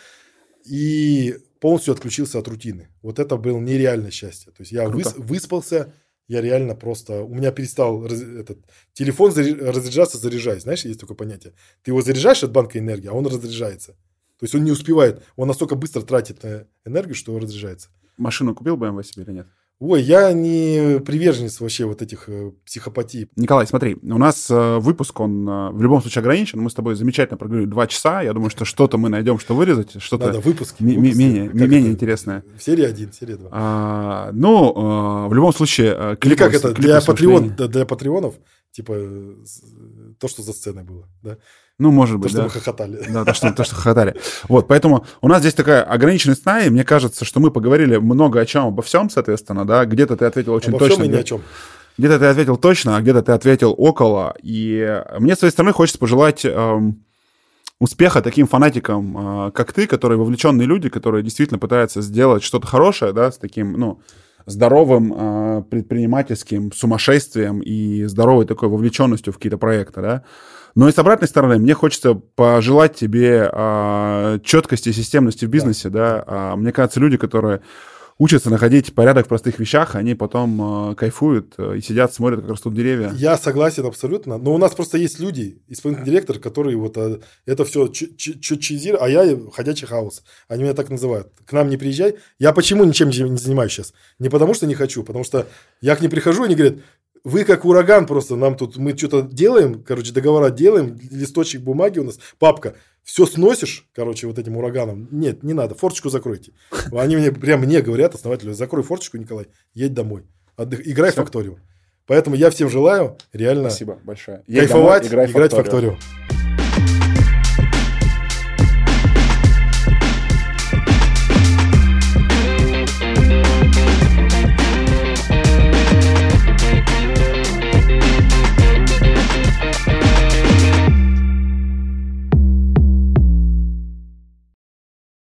и полностью отключился от рутины. Вот это было нереальное счастье. То есть я выс, выспался. Я реально просто... У меня перестал раз, этот, телефон разряжаться, заряжаясь. Знаешь, есть такое понятие. Ты его заряжаешь от банка энергии, а он разряжается. То есть он не успевает. Он настолько быстро тратит энергию, что разряжается. Машину купил бэ эм вэ себе или нет? Ой, я не приверженец вообще вот этих э, психопатий. Николай, смотри, у нас э, выпуск, он э, в любом случае ограничен. Мы с тобой замечательно проговорили два часа. Я думаю, что что-то мы найдем, что вырезать. Что-то Надо выпуски. М- выпуски. Менее, менее интересное. Серия один, серия два. А, ну, э, в любом случае... Э, Или как это, для, патреон, для патреонов, типа, то, что за сценой было, да? Ну, может быть, то, да. что мы хохотали. Да, то, что, то, что хохотали. Вот, поэтому у нас здесь такая ограниченная сцена, и мне кажется, что мы поговорили много о чем, обо всем, соответственно, да, где-то ты ответил очень обо точно. Всем и ни о чем. Где-то ты ответил точно, а где-то ты ответил около, и мне с своей стороны хочется пожелать эм, успеха таким фанатикам, э, как ты, которые вовлеченные люди, которые действительно пытаются сделать что-то хорошее, да, с таким, ну, здоровым э, предпринимательским сумасшествием и здоровой такой вовлеченностью в какие-то проекты, да. Но и с обратной стороны, мне хочется пожелать тебе а, четкости и системности в бизнесе, да. да? А, мне кажется, люди, которые учатся находить порядок в простых вещах, они потом а, кайфуют и сидят, смотрят, как растут деревья. Я согласен абсолютно. Но у нас просто есть люди, исполнительный директор, которые вот а, это все чуть-чуть, а я ходячий хаос. Они меня так называют. К нам не приезжай. Я почему ничем не занимаюсь сейчас? Не потому что не хочу, потому что я к ним прихожу, и они говорят... Вы как ураган просто, нам тут, мы что-то делаем, короче, договора делаем, листочек бумаги у нас, папка, все сносишь, короче, вот этим ураганом. Нет, не надо, форточку закройте. Они мне, прям мне говорят, основатели, закрой форточку, Николай, едь домой, отдых, играй в факториум. Поэтому я всем желаю реально Спасибо большое. Кайфовать, домой, играть в факториум.